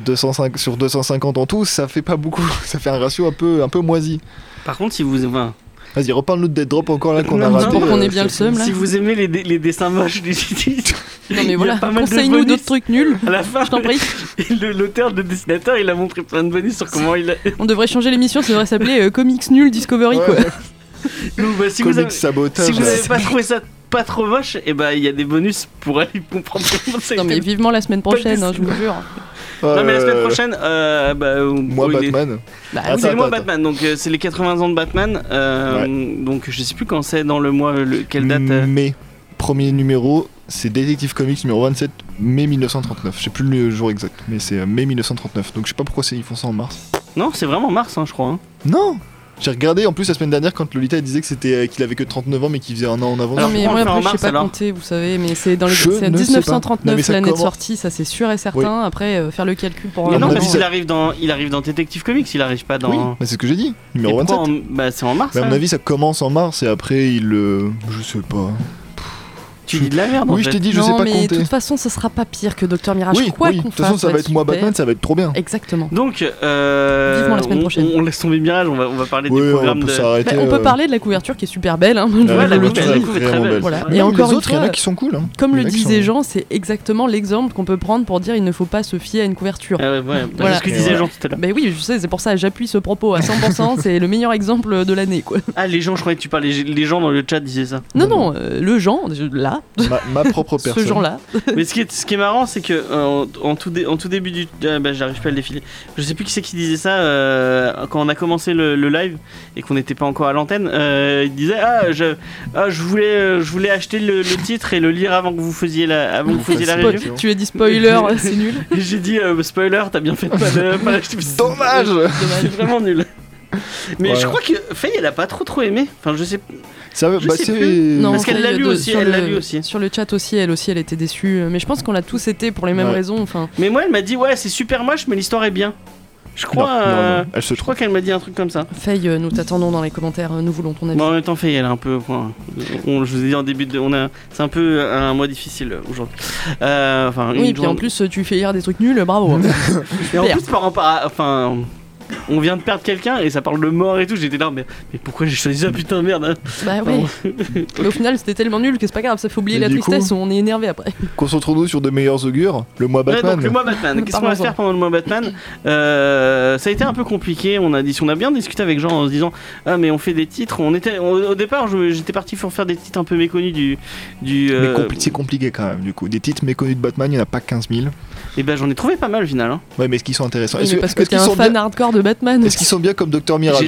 [SPEAKER 3] 250 en tout, ça fait pas beaucoup. Ça fait un ratio un peu moisi.
[SPEAKER 2] Par contre, si vous...
[SPEAKER 3] Vas-y, reparle-nous de Dead Drop encore là qu'on a
[SPEAKER 4] raté.
[SPEAKER 3] Pour
[SPEAKER 4] qu'on ait bien le seum là.
[SPEAKER 2] Si vous aimez les dessins moches du site,
[SPEAKER 4] non mais voilà, conseille-nous d'autres trucs nuls.
[SPEAKER 2] À la fin,
[SPEAKER 4] je t'en prie.
[SPEAKER 2] L'auteur, le dessinateur, il a montré plein de bonus sur comment il a...
[SPEAKER 4] On devrait changer l'émission, ça devrait s'appeler Comics Nul Discovery quoi.
[SPEAKER 2] Donc, si vous avez pas trouvé ça pas trop moche, et il y a des bonus pour aller comprendre comment ça.
[SPEAKER 4] Non mais vivement la semaine prochaine, je vous jure.
[SPEAKER 2] Non mais la semaine prochaine,
[SPEAKER 3] moi Batman.
[SPEAKER 2] C'est le mois Batman, donc c'est les 80 ans de Batman. Donc je sais plus quand c'est dans le mois, quelle date.
[SPEAKER 3] Mai. Premier numéro, c'est Detective Comics numéro 27, mai 1939. Je sais plus le jour exact, mais c'est mai 1939. Donc je sais pas pourquoi ils font ça en mars.
[SPEAKER 2] Non, c'est vraiment mars, je crois.
[SPEAKER 3] Non. J'ai regardé en plus la semaine dernière quand Lolita disait que qu'il avait que 39 ans mais qu'il faisait un an en avance.
[SPEAKER 4] Non mais moi après je sais pas compter, vous savez, mais c'est dans c'est 1939 l'année de sortie, ça c'est sûr et certain. Oui. Après faire le calcul pour.
[SPEAKER 2] Mais non, parce qu'il arrive dans Detective Comics, il arrive pas dans.
[SPEAKER 3] Oui, mais c'est ce que j'ai dit. Numéro 27.
[SPEAKER 2] C'est en mars.
[SPEAKER 3] Mais à mon avis ça commence en mars et après je sais pas.
[SPEAKER 2] Tu dis de la merde.
[SPEAKER 3] Oui, je t'ai dit, je sais pas compter.
[SPEAKER 4] Non, mais de toute façon, ça sera pas pire que Dr Mirage.
[SPEAKER 3] Oui, de toute façon, ça va être moi Batman, ça va être trop bien.
[SPEAKER 4] Exactement.
[SPEAKER 2] Donc,
[SPEAKER 4] vivement la semaine prochaine.
[SPEAKER 2] On laisse tomber Mirage, on va parler du programme.
[SPEAKER 4] On peut parler de la couverture qui est super belle.
[SPEAKER 2] La couverture est très belle.
[SPEAKER 4] Voilà. Et encore
[SPEAKER 3] les autres, il y en a qui sont cool.
[SPEAKER 4] Comme le disait Jean, c'est exactement l'exemple qu'on peut prendre pour dire il ne faut pas se fier à une couverture.
[SPEAKER 2] C'est ce que disait Jean tout à l'heure.
[SPEAKER 4] Bah oui, je sais, c'est pour ça, j'appuie ce propos à 100%. C'est le meilleur exemple de l'année, quoi.
[SPEAKER 2] Ah, les gens, je croyais que tu parlais, les gens dans le chat disaient ça.
[SPEAKER 4] Non, le Jean, là.
[SPEAKER 3] Ma propre personne.
[SPEAKER 4] Ce genre-là.
[SPEAKER 2] Mais ce qui est marrant, c'est que en tout début du... j'arrive plus à le défiler. Je sais plus qui c'est qui disait ça quand on a commencé le live et qu'on n'était pas encore à l'antenne. Il disait je voulais acheter le titre et le lire avant que vous faisiez la review.
[SPEAKER 4] Tu as dit spoiler, c'est nul.
[SPEAKER 2] Et j'ai dit spoiler, t'as bien fait de pas l'acheter.
[SPEAKER 3] Dommage.
[SPEAKER 2] C'est vraiment nul. Mais je crois que Faye elle a pas trop aimé. Enfin je sais.
[SPEAKER 4] Non,
[SPEAKER 2] parce qu'elle l'a lu aussi.
[SPEAKER 4] Sur le chat aussi, elle était déçue. Mais je pense qu'on l'a tous été pour les mêmes raisons. Enfin.
[SPEAKER 2] Mais moi elle m'a dit c'est super moche mais l'histoire est bien. Je crois. Je crois qu'elle m'a dit un truc comme ça.
[SPEAKER 4] Faye, nous t'attendons dans les commentaires. Nous voulons ton avis.
[SPEAKER 2] Bon, en même temps Faye elle est un peu. Je vous ai dit en début c'est un peu un mois difficile aujourd'hui.
[SPEAKER 4] Oui, puis en plus tu fais lire des trucs nuls. Bravo.
[SPEAKER 2] Et en plus on vient de perdre quelqu'un et ça parle de mort et tout. J'étais là, mais pourquoi j'ai choisi ça, putain de merde hein.
[SPEAKER 4] Bah oui. Mais au final, c'était tellement nul que c'est pas grave, ça fait oublier la tristesse, on est énervé après.
[SPEAKER 3] Concentrons-nous sur de meilleurs augures. Le mois Batman.
[SPEAKER 2] Donc, le mois Batman. Qu'est-ce qu'on va faire pendant le mois Batman? Ça a été un peu compliqué. On a bien discuté avec Jean en se disant mais on fait des titres. Au départ, j'étais parti pour faire des titres un peu méconnus
[SPEAKER 3] Mais c'est compliqué quand même, du coup. Des titres méconnus de Batman, il n'y en a pas 15 000.
[SPEAKER 2] Et j'en ai trouvé pas mal au final.
[SPEAKER 3] Ouais, mais est-ce qu'ils sont intéressants?
[SPEAKER 4] Parce que t'es un fan hardcore de Batman.
[SPEAKER 3] Est-ce qu'ils sont bien comme Dr Mirage?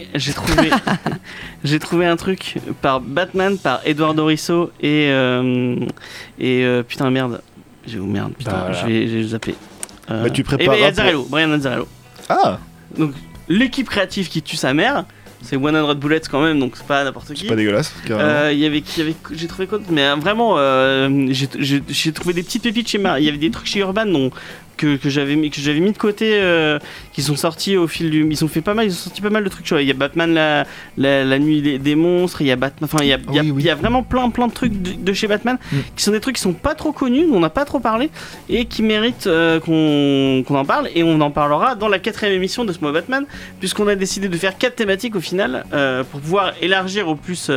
[SPEAKER 2] J'ai trouvé un truc par Batman, par Eduardo Risso et putain merde. Je vais zapper.
[SPEAKER 3] Tu prépares.
[SPEAKER 2] Brian Azzarello.
[SPEAKER 3] Ah.
[SPEAKER 2] Donc l'équipe créative qui tue sa mère. C'est 100 Bullets quand même, donc c'est pas n'importe qui.
[SPEAKER 3] C'est pas dégueulasse.
[SPEAKER 2] J'ai trouvé quoi? Mais vraiment, j'ai trouvé des petites pépites chez Il y avait des trucs chez Urban que j'avais mis de côté, qui sont sortis au fil du. Ils ont sorti pas mal de trucs. Il y a Batman la nuit des monstres. Il y a Batman. Enfin, il y a vraiment plein de trucs de chez Batman qui sont des trucs qui sont pas trop connus, dont on n'a pas trop parlé et qui méritent qu'on en parle. Et on en parlera dans la 4ème émission de ce mois Batman, puisqu'on a décidé de faire 4 thématiques au final pour pouvoir élargir au plus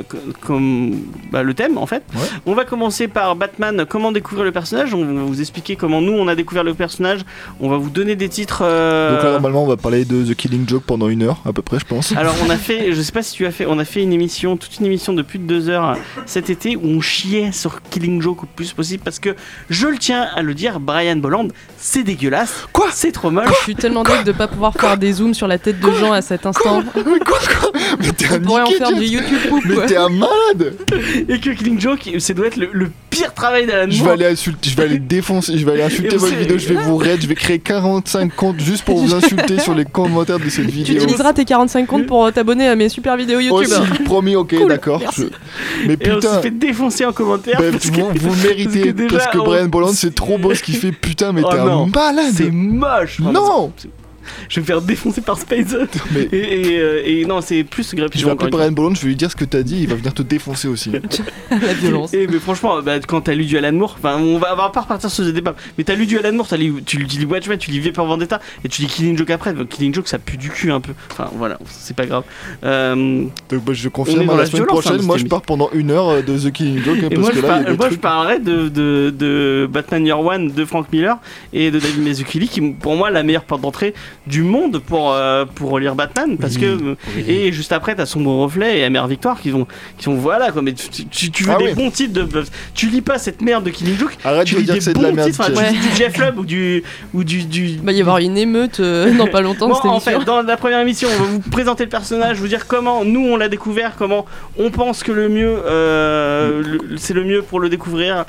[SPEAKER 2] comme le thème en fait. Ouais. On va commencer par Batman. Comment découvrir le personnage? On va vous expliquer expliquer comment nous on a découvert le personnage. On va vous donner des titres.
[SPEAKER 3] Donc là, normalement, on va parler de The Killing Joke pendant 1 heure à peu près, je pense.
[SPEAKER 2] Alors on a fait, je sais pas si tu as fait, on a fait toute une émission de plus de 2 heures cet été où on chiait sur Killing Joke au plus possible parce que je le tiens à le dire, Brian Bolland, c'est dégueulasse.
[SPEAKER 3] Quoi ?
[SPEAKER 2] C'est trop moche.
[SPEAKER 4] Je suis tellement deg de pas pouvoir faire des zooms sur la tête de gens à cet instant.
[SPEAKER 3] Mais t'es un
[SPEAKER 4] On pourrait en faire du YouTube poop.
[SPEAKER 3] Mais t'es un malade.
[SPEAKER 2] Et que Killing Joke, ça doit être le pire travail d'Alan Moore.
[SPEAKER 3] Je vais aller défoncer, je vais aller insulter votre vidéo, je vais vous raid, je vais créer 45 comptes juste pour vous insulter sur les commentaires de cette
[SPEAKER 4] Tu
[SPEAKER 3] vidéo.
[SPEAKER 4] utiliseras tes 45 comptes pour t'abonner à mes super vidéos YouTube.
[SPEAKER 3] Aussi, promis, ok,
[SPEAKER 4] Cool,
[SPEAKER 3] d'accord. Mais
[SPEAKER 2] Et on
[SPEAKER 3] putain,
[SPEAKER 2] se fait défoncer en commentaire.
[SPEAKER 3] bah,
[SPEAKER 2] parce
[SPEAKER 3] vous le méritez,
[SPEAKER 2] déjà,
[SPEAKER 3] parce que Brian Bolland c'est trop beau ce qu'il fait, putain, mais
[SPEAKER 2] Oh
[SPEAKER 3] t'es
[SPEAKER 2] non.
[SPEAKER 3] un malade.
[SPEAKER 2] c'est moche. Vraiment,
[SPEAKER 3] Non.
[SPEAKER 2] je vais me faire défoncer par Space.
[SPEAKER 3] Mais
[SPEAKER 2] Et non, c'est plus grave.
[SPEAKER 3] je vais appeler Brian Bolland, je vais lui dire ce que t'as dit, il va venir te défoncer aussi.
[SPEAKER 4] La violence.
[SPEAKER 2] Mais franchement, quand t'as lu du Alan Moore, enfin on va pas repartir sur ce débat, mais t'as lu du Alan Moore, tu lis Watchmen, tu lis V pour Vendetta et tu lis Killing Joke après. Killing Joke ça pue du cul un peu. Enfin voilà, c'est pas grave.
[SPEAKER 3] Donc bah, je
[SPEAKER 2] On est
[SPEAKER 3] confirme
[SPEAKER 2] dans
[SPEAKER 3] la
[SPEAKER 2] la
[SPEAKER 3] semaine
[SPEAKER 2] violence,
[SPEAKER 3] prochaine,
[SPEAKER 2] hein,
[SPEAKER 3] moi
[SPEAKER 2] cette
[SPEAKER 3] je pars pendant 1 heure de The Killing Joke
[SPEAKER 2] Et
[SPEAKER 3] parce
[SPEAKER 2] moi,
[SPEAKER 3] que là il y a des
[SPEAKER 2] je
[SPEAKER 3] trucs.
[SPEAKER 2] parlerai de Batman Year One de Frank Miller et de David Mazzucchelli qui pour moi la meilleure porte d'entrée du monde pour lire Batman parce que et juste après t'as Sombre Reflet et Amère Victoire qui vont voilà quoi, mais tu veux des bons titres tu lis pas cette merde de Killing Joke.
[SPEAKER 3] Arrête
[SPEAKER 2] Tu
[SPEAKER 3] de
[SPEAKER 2] lis
[SPEAKER 3] dire
[SPEAKER 2] des
[SPEAKER 3] que c'est de la
[SPEAKER 2] bons
[SPEAKER 3] merde.
[SPEAKER 2] titres,
[SPEAKER 3] Tiens.
[SPEAKER 2] tu lis du Jeff Lubb ou du
[SPEAKER 4] Il va y avoir une émeute dans pas longtemps
[SPEAKER 2] Bon,
[SPEAKER 4] cette
[SPEAKER 2] en
[SPEAKER 4] émission.
[SPEAKER 2] fait, dans la première émission, on va vous présenter le personnage, vous dire comment nous on l'a découvert, comment on pense que le mieux, c'est le mieux pour le découvrir,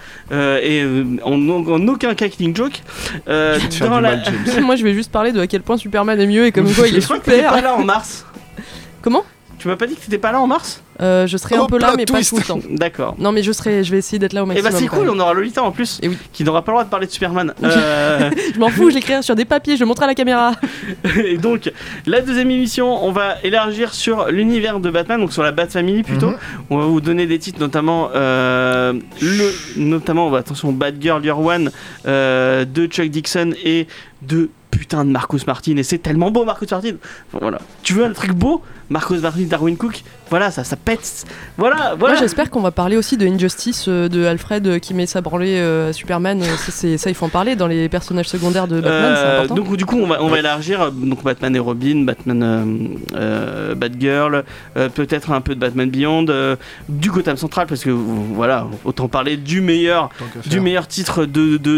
[SPEAKER 2] en aucun cas Killing Joke.
[SPEAKER 3] Je vais te faire
[SPEAKER 2] Dans
[SPEAKER 3] du
[SPEAKER 2] la-
[SPEAKER 3] mal, James.
[SPEAKER 4] Moi je vais juste parler de à quel point Superman est mieux et comme quoi il est
[SPEAKER 2] Je crois que t'étais pas
[SPEAKER 4] super.
[SPEAKER 2] là en mars.
[SPEAKER 4] Comment ?
[SPEAKER 2] Tu m'as pas dit que t'étais pas là en mars?
[SPEAKER 4] Je serai un peu là mais pas tout le temps.
[SPEAKER 2] D'accord.
[SPEAKER 4] Non mais je vais essayer d'être là au
[SPEAKER 2] Et
[SPEAKER 4] maximum.
[SPEAKER 2] bah c'est
[SPEAKER 4] quand
[SPEAKER 2] cool,
[SPEAKER 4] même.
[SPEAKER 2] on aura Lolita en plus,
[SPEAKER 4] Et oui.
[SPEAKER 2] qui n'aura pas le droit de parler de Superman.
[SPEAKER 4] Je m'en fous, je l'écrirai sur des papiers, je le montrerai à la caméra.
[SPEAKER 2] Et donc, la deuxième émission, on va élargir sur l'univers de Batman, donc sur la Bat Family plutôt. On va vous donner des titres, notamment, attention, Batgirl Year One de Chuck Dixon et de putain de Marcus Martin. Et c'est tellement beau, Marcus Martin. Enfin, voilà. Tu veux un truc beau? Marcus Martin, Darwin Cook. Voilà, ça pète. Voilà.
[SPEAKER 4] Moi j'espère qu'on va parler aussi de Injustice de Alfred qui met sa branlée à Superman. Ça il faut en parler dans les personnages secondaires de Batman, c'est important.
[SPEAKER 2] Donc du coup on va élargir donc Batman et Robin, Batman Batgirl, peut-être un peu de Batman Beyond, du Gotham Central parce que voilà, autant parler du meilleur titre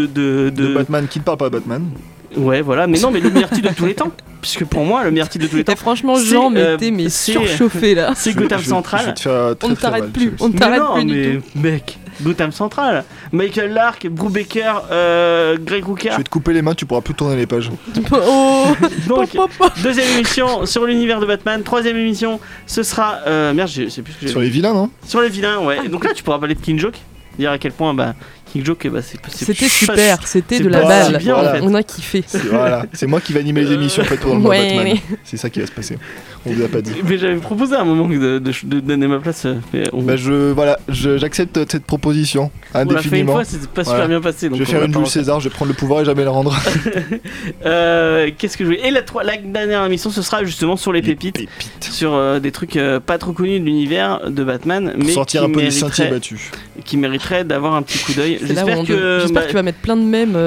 [SPEAKER 2] de
[SPEAKER 3] Batman qui ne parle pas de Batman.
[SPEAKER 2] Ouais voilà, mais non mais le meilleur titre de tous les temps, puisque pour moi le meilleur titre de tous les temps.
[SPEAKER 4] Et franchement
[SPEAKER 2] c'est,
[SPEAKER 4] Jean t'es
[SPEAKER 2] c'est-
[SPEAKER 4] surchauffé là.
[SPEAKER 2] C'est Gotham
[SPEAKER 3] Je vais
[SPEAKER 2] Central.
[SPEAKER 3] te faire très,
[SPEAKER 4] On ne
[SPEAKER 3] très
[SPEAKER 4] t'arrête
[SPEAKER 3] mal,
[SPEAKER 4] plus,
[SPEAKER 3] James.
[SPEAKER 4] on ne t'arrête
[SPEAKER 2] Mais non,
[SPEAKER 4] plus du
[SPEAKER 2] mais
[SPEAKER 4] tout.
[SPEAKER 2] mec, Gotham Central. Michael Lark, Brubaker, Greg Rucka.
[SPEAKER 3] Je vais te couper les mains, tu pourras plus tourner les pages.
[SPEAKER 4] Oh.
[SPEAKER 2] Donc,
[SPEAKER 4] Pop, pop.
[SPEAKER 2] deuxième émission sur l'univers de Batman. Troisième émission, ce sera. Merde, je sais plus ce que j'ai
[SPEAKER 3] Sur les vilains, non?
[SPEAKER 2] Sur les vilains, ouais. Et donc là, tu pourras parler de King Joke. Dire à quel point, King Joke,
[SPEAKER 4] C'était super, c'était
[SPEAKER 2] c'est
[SPEAKER 4] de la
[SPEAKER 2] pas
[SPEAKER 4] balle.
[SPEAKER 2] si bien,
[SPEAKER 3] en fait.
[SPEAKER 4] On a kiffé.
[SPEAKER 3] Voilà, c'est moi qui vais animer les émissions en fait pendant le mois
[SPEAKER 4] Ouais.
[SPEAKER 3] Batman. C'est ça qui va se passer. On vous a pas dit.
[SPEAKER 2] Mais j'avais proposé à un moment de donner ma place. Mais
[SPEAKER 3] Bah j'accepte cette proposition
[SPEAKER 2] on l'a fait une
[SPEAKER 3] indéfiniment.
[SPEAKER 2] fois, c'était pas super
[SPEAKER 3] Voilà.
[SPEAKER 2] bien passé.
[SPEAKER 3] Je
[SPEAKER 2] Donc
[SPEAKER 3] vais
[SPEAKER 2] on
[SPEAKER 3] faire
[SPEAKER 2] va
[SPEAKER 3] une
[SPEAKER 2] pas
[SPEAKER 3] Jules
[SPEAKER 2] refaire.
[SPEAKER 3] César, je vais prendre le pouvoir et jamais le rendre.
[SPEAKER 2] Qu'est-ce que je voulais. Et la dernière émission, ce sera justement sur les pépites. Sur des trucs pas trop connus de l'univers de Batman,
[SPEAKER 3] Pour
[SPEAKER 2] mais
[SPEAKER 3] sortir un peu des sentiers battus.
[SPEAKER 2] qui mériterait d'avoir un petit coup d'œil.
[SPEAKER 4] C'est là où j'espère que tu vas mettre plein de mèmes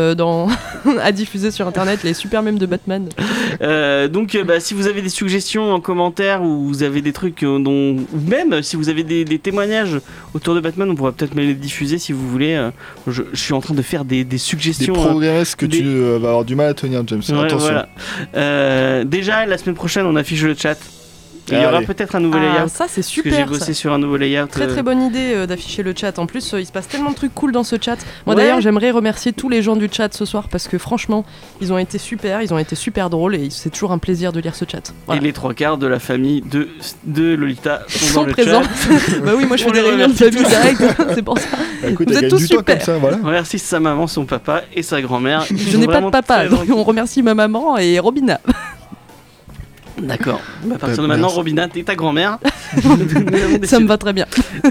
[SPEAKER 4] à diffuser sur internet, les super mèmes de Batman.
[SPEAKER 2] Donc si vous avez des suggestions en commentaire ou vous avez des trucs ou même si vous avez des témoignages autour de Batman, on pourra peut-être me les diffuser si vous voulez. Je suis en train de faire des
[SPEAKER 3] Des
[SPEAKER 2] suggestions.
[SPEAKER 3] progrès que tu vas avoir du mal à tenir, James.
[SPEAKER 2] Ouais,
[SPEAKER 3] Attention.
[SPEAKER 2] voilà. Déjà la semaine prochaine on affiche le chat. Il y aura
[SPEAKER 3] Allez.
[SPEAKER 2] peut-être un nouveau layout.
[SPEAKER 4] Ça c'est
[SPEAKER 2] Parce que j'ai
[SPEAKER 4] super.
[SPEAKER 2] bossé
[SPEAKER 4] Ça.
[SPEAKER 2] sur un nouveau layout.
[SPEAKER 4] Très très bonne idée d'afficher le chat. En plus, il se passe tellement de trucs cool dans ce chat. Moi
[SPEAKER 2] Ouais.
[SPEAKER 4] d'ailleurs, j'aimerais remercier tous les gens du chat ce soir parce que franchement, ils ont été super drôles et c'est toujours un plaisir de lire ce chat. Voilà.
[SPEAKER 2] Et les 3/4 de la famille de Lolita sont
[SPEAKER 4] Ils
[SPEAKER 2] dans
[SPEAKER 4] sont
[SPEAKER 2] le
[SPEAKER 4] présents.
[SPEAKER 2] chat.
[SPEAKER 4] Bah oui, moi je fais
[SPEAKER 2] On
[SPEAKER 4] des
[SPEAKER 2] les
[SPEAKER 4] réunions de famille direct, c'est pour ça.
[SPEAKER 3] Bah, écoute,
[SPEAKER 4] Vous
[SPEAKER 3] t'as
[SPEAKER 4] êtes
[SPEAKER 3] gagné
[SPEAKER 4] tous
[SPEAKER 3] du temps
[SPEAKER 4] super.
[SPEAKER 3] comme ça, voilà.
[SPEAKER 2] On remercie sa maman, son papa et sa grand-mère. Ils
[SPEAKER 4] Je
[SPEAKER 2] sont
[SPEAKER 4] n'ai pas de
[SPEAKER 2] vraiment
[SPEAKER 4] papa,
[SPEAKER 2] très
[SPEAKER 4] donc on remercie ma maman et Robina.
[SPEAKER 2] D'accord. À partir de maintenant, Robina, t'es ta grand-mère.
[SPEAKER 4] Ça me va très bien.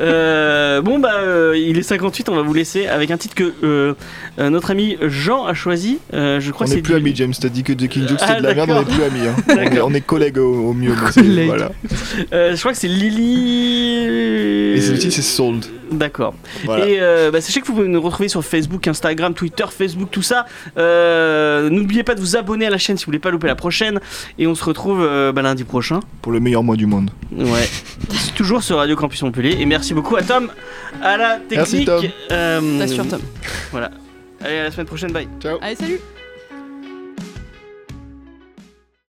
[SPEAKER 2] Il est 58, on va vous laisser avec un titre que notre ami Jean a choisi. Je crois
[SPEAKER 3] on
[SPEAKER 2] que
[SPEAKER 3] n'est plus amis, James. T'as dit que The King Joe c'était de la merde, on n'est plus amis. Hein. On est collègues au mieux. Voilà.
[SPEAKER 2] Je crois que c'est Lily.
[SPEAKER 3] Et le titre c'est Sold.
[SPEAKER 2] D'accord.
[SPEAKER 3] Voilà.
[SPEAKER 2] Et sachez que vous pouvez nous retrouver sur Facebook, Instagram, Twitter, Facebook, tout ça. N'oubliez pas de vous abonner à la chaîne si vous voulez pas louper la prochaine. Et on se retrouve lundi prochain.
[SPEAKER 3] Pour le meilleur mois du monde.
[SPEAKER 2] Ouais. C'est toujours sur Radio Campus Montpellier. Et merci beaucoup à Tom, à la technique.
[SPEAKER 3] Merci Tom.
[SPEAKER 4] T'assures Tom.
[SPEAKER 2] Voilà. Allez, à la semaine prochaine, bye.
[SPEAKER 3] Ciao.
[SPEAKER 4] Allez, salut.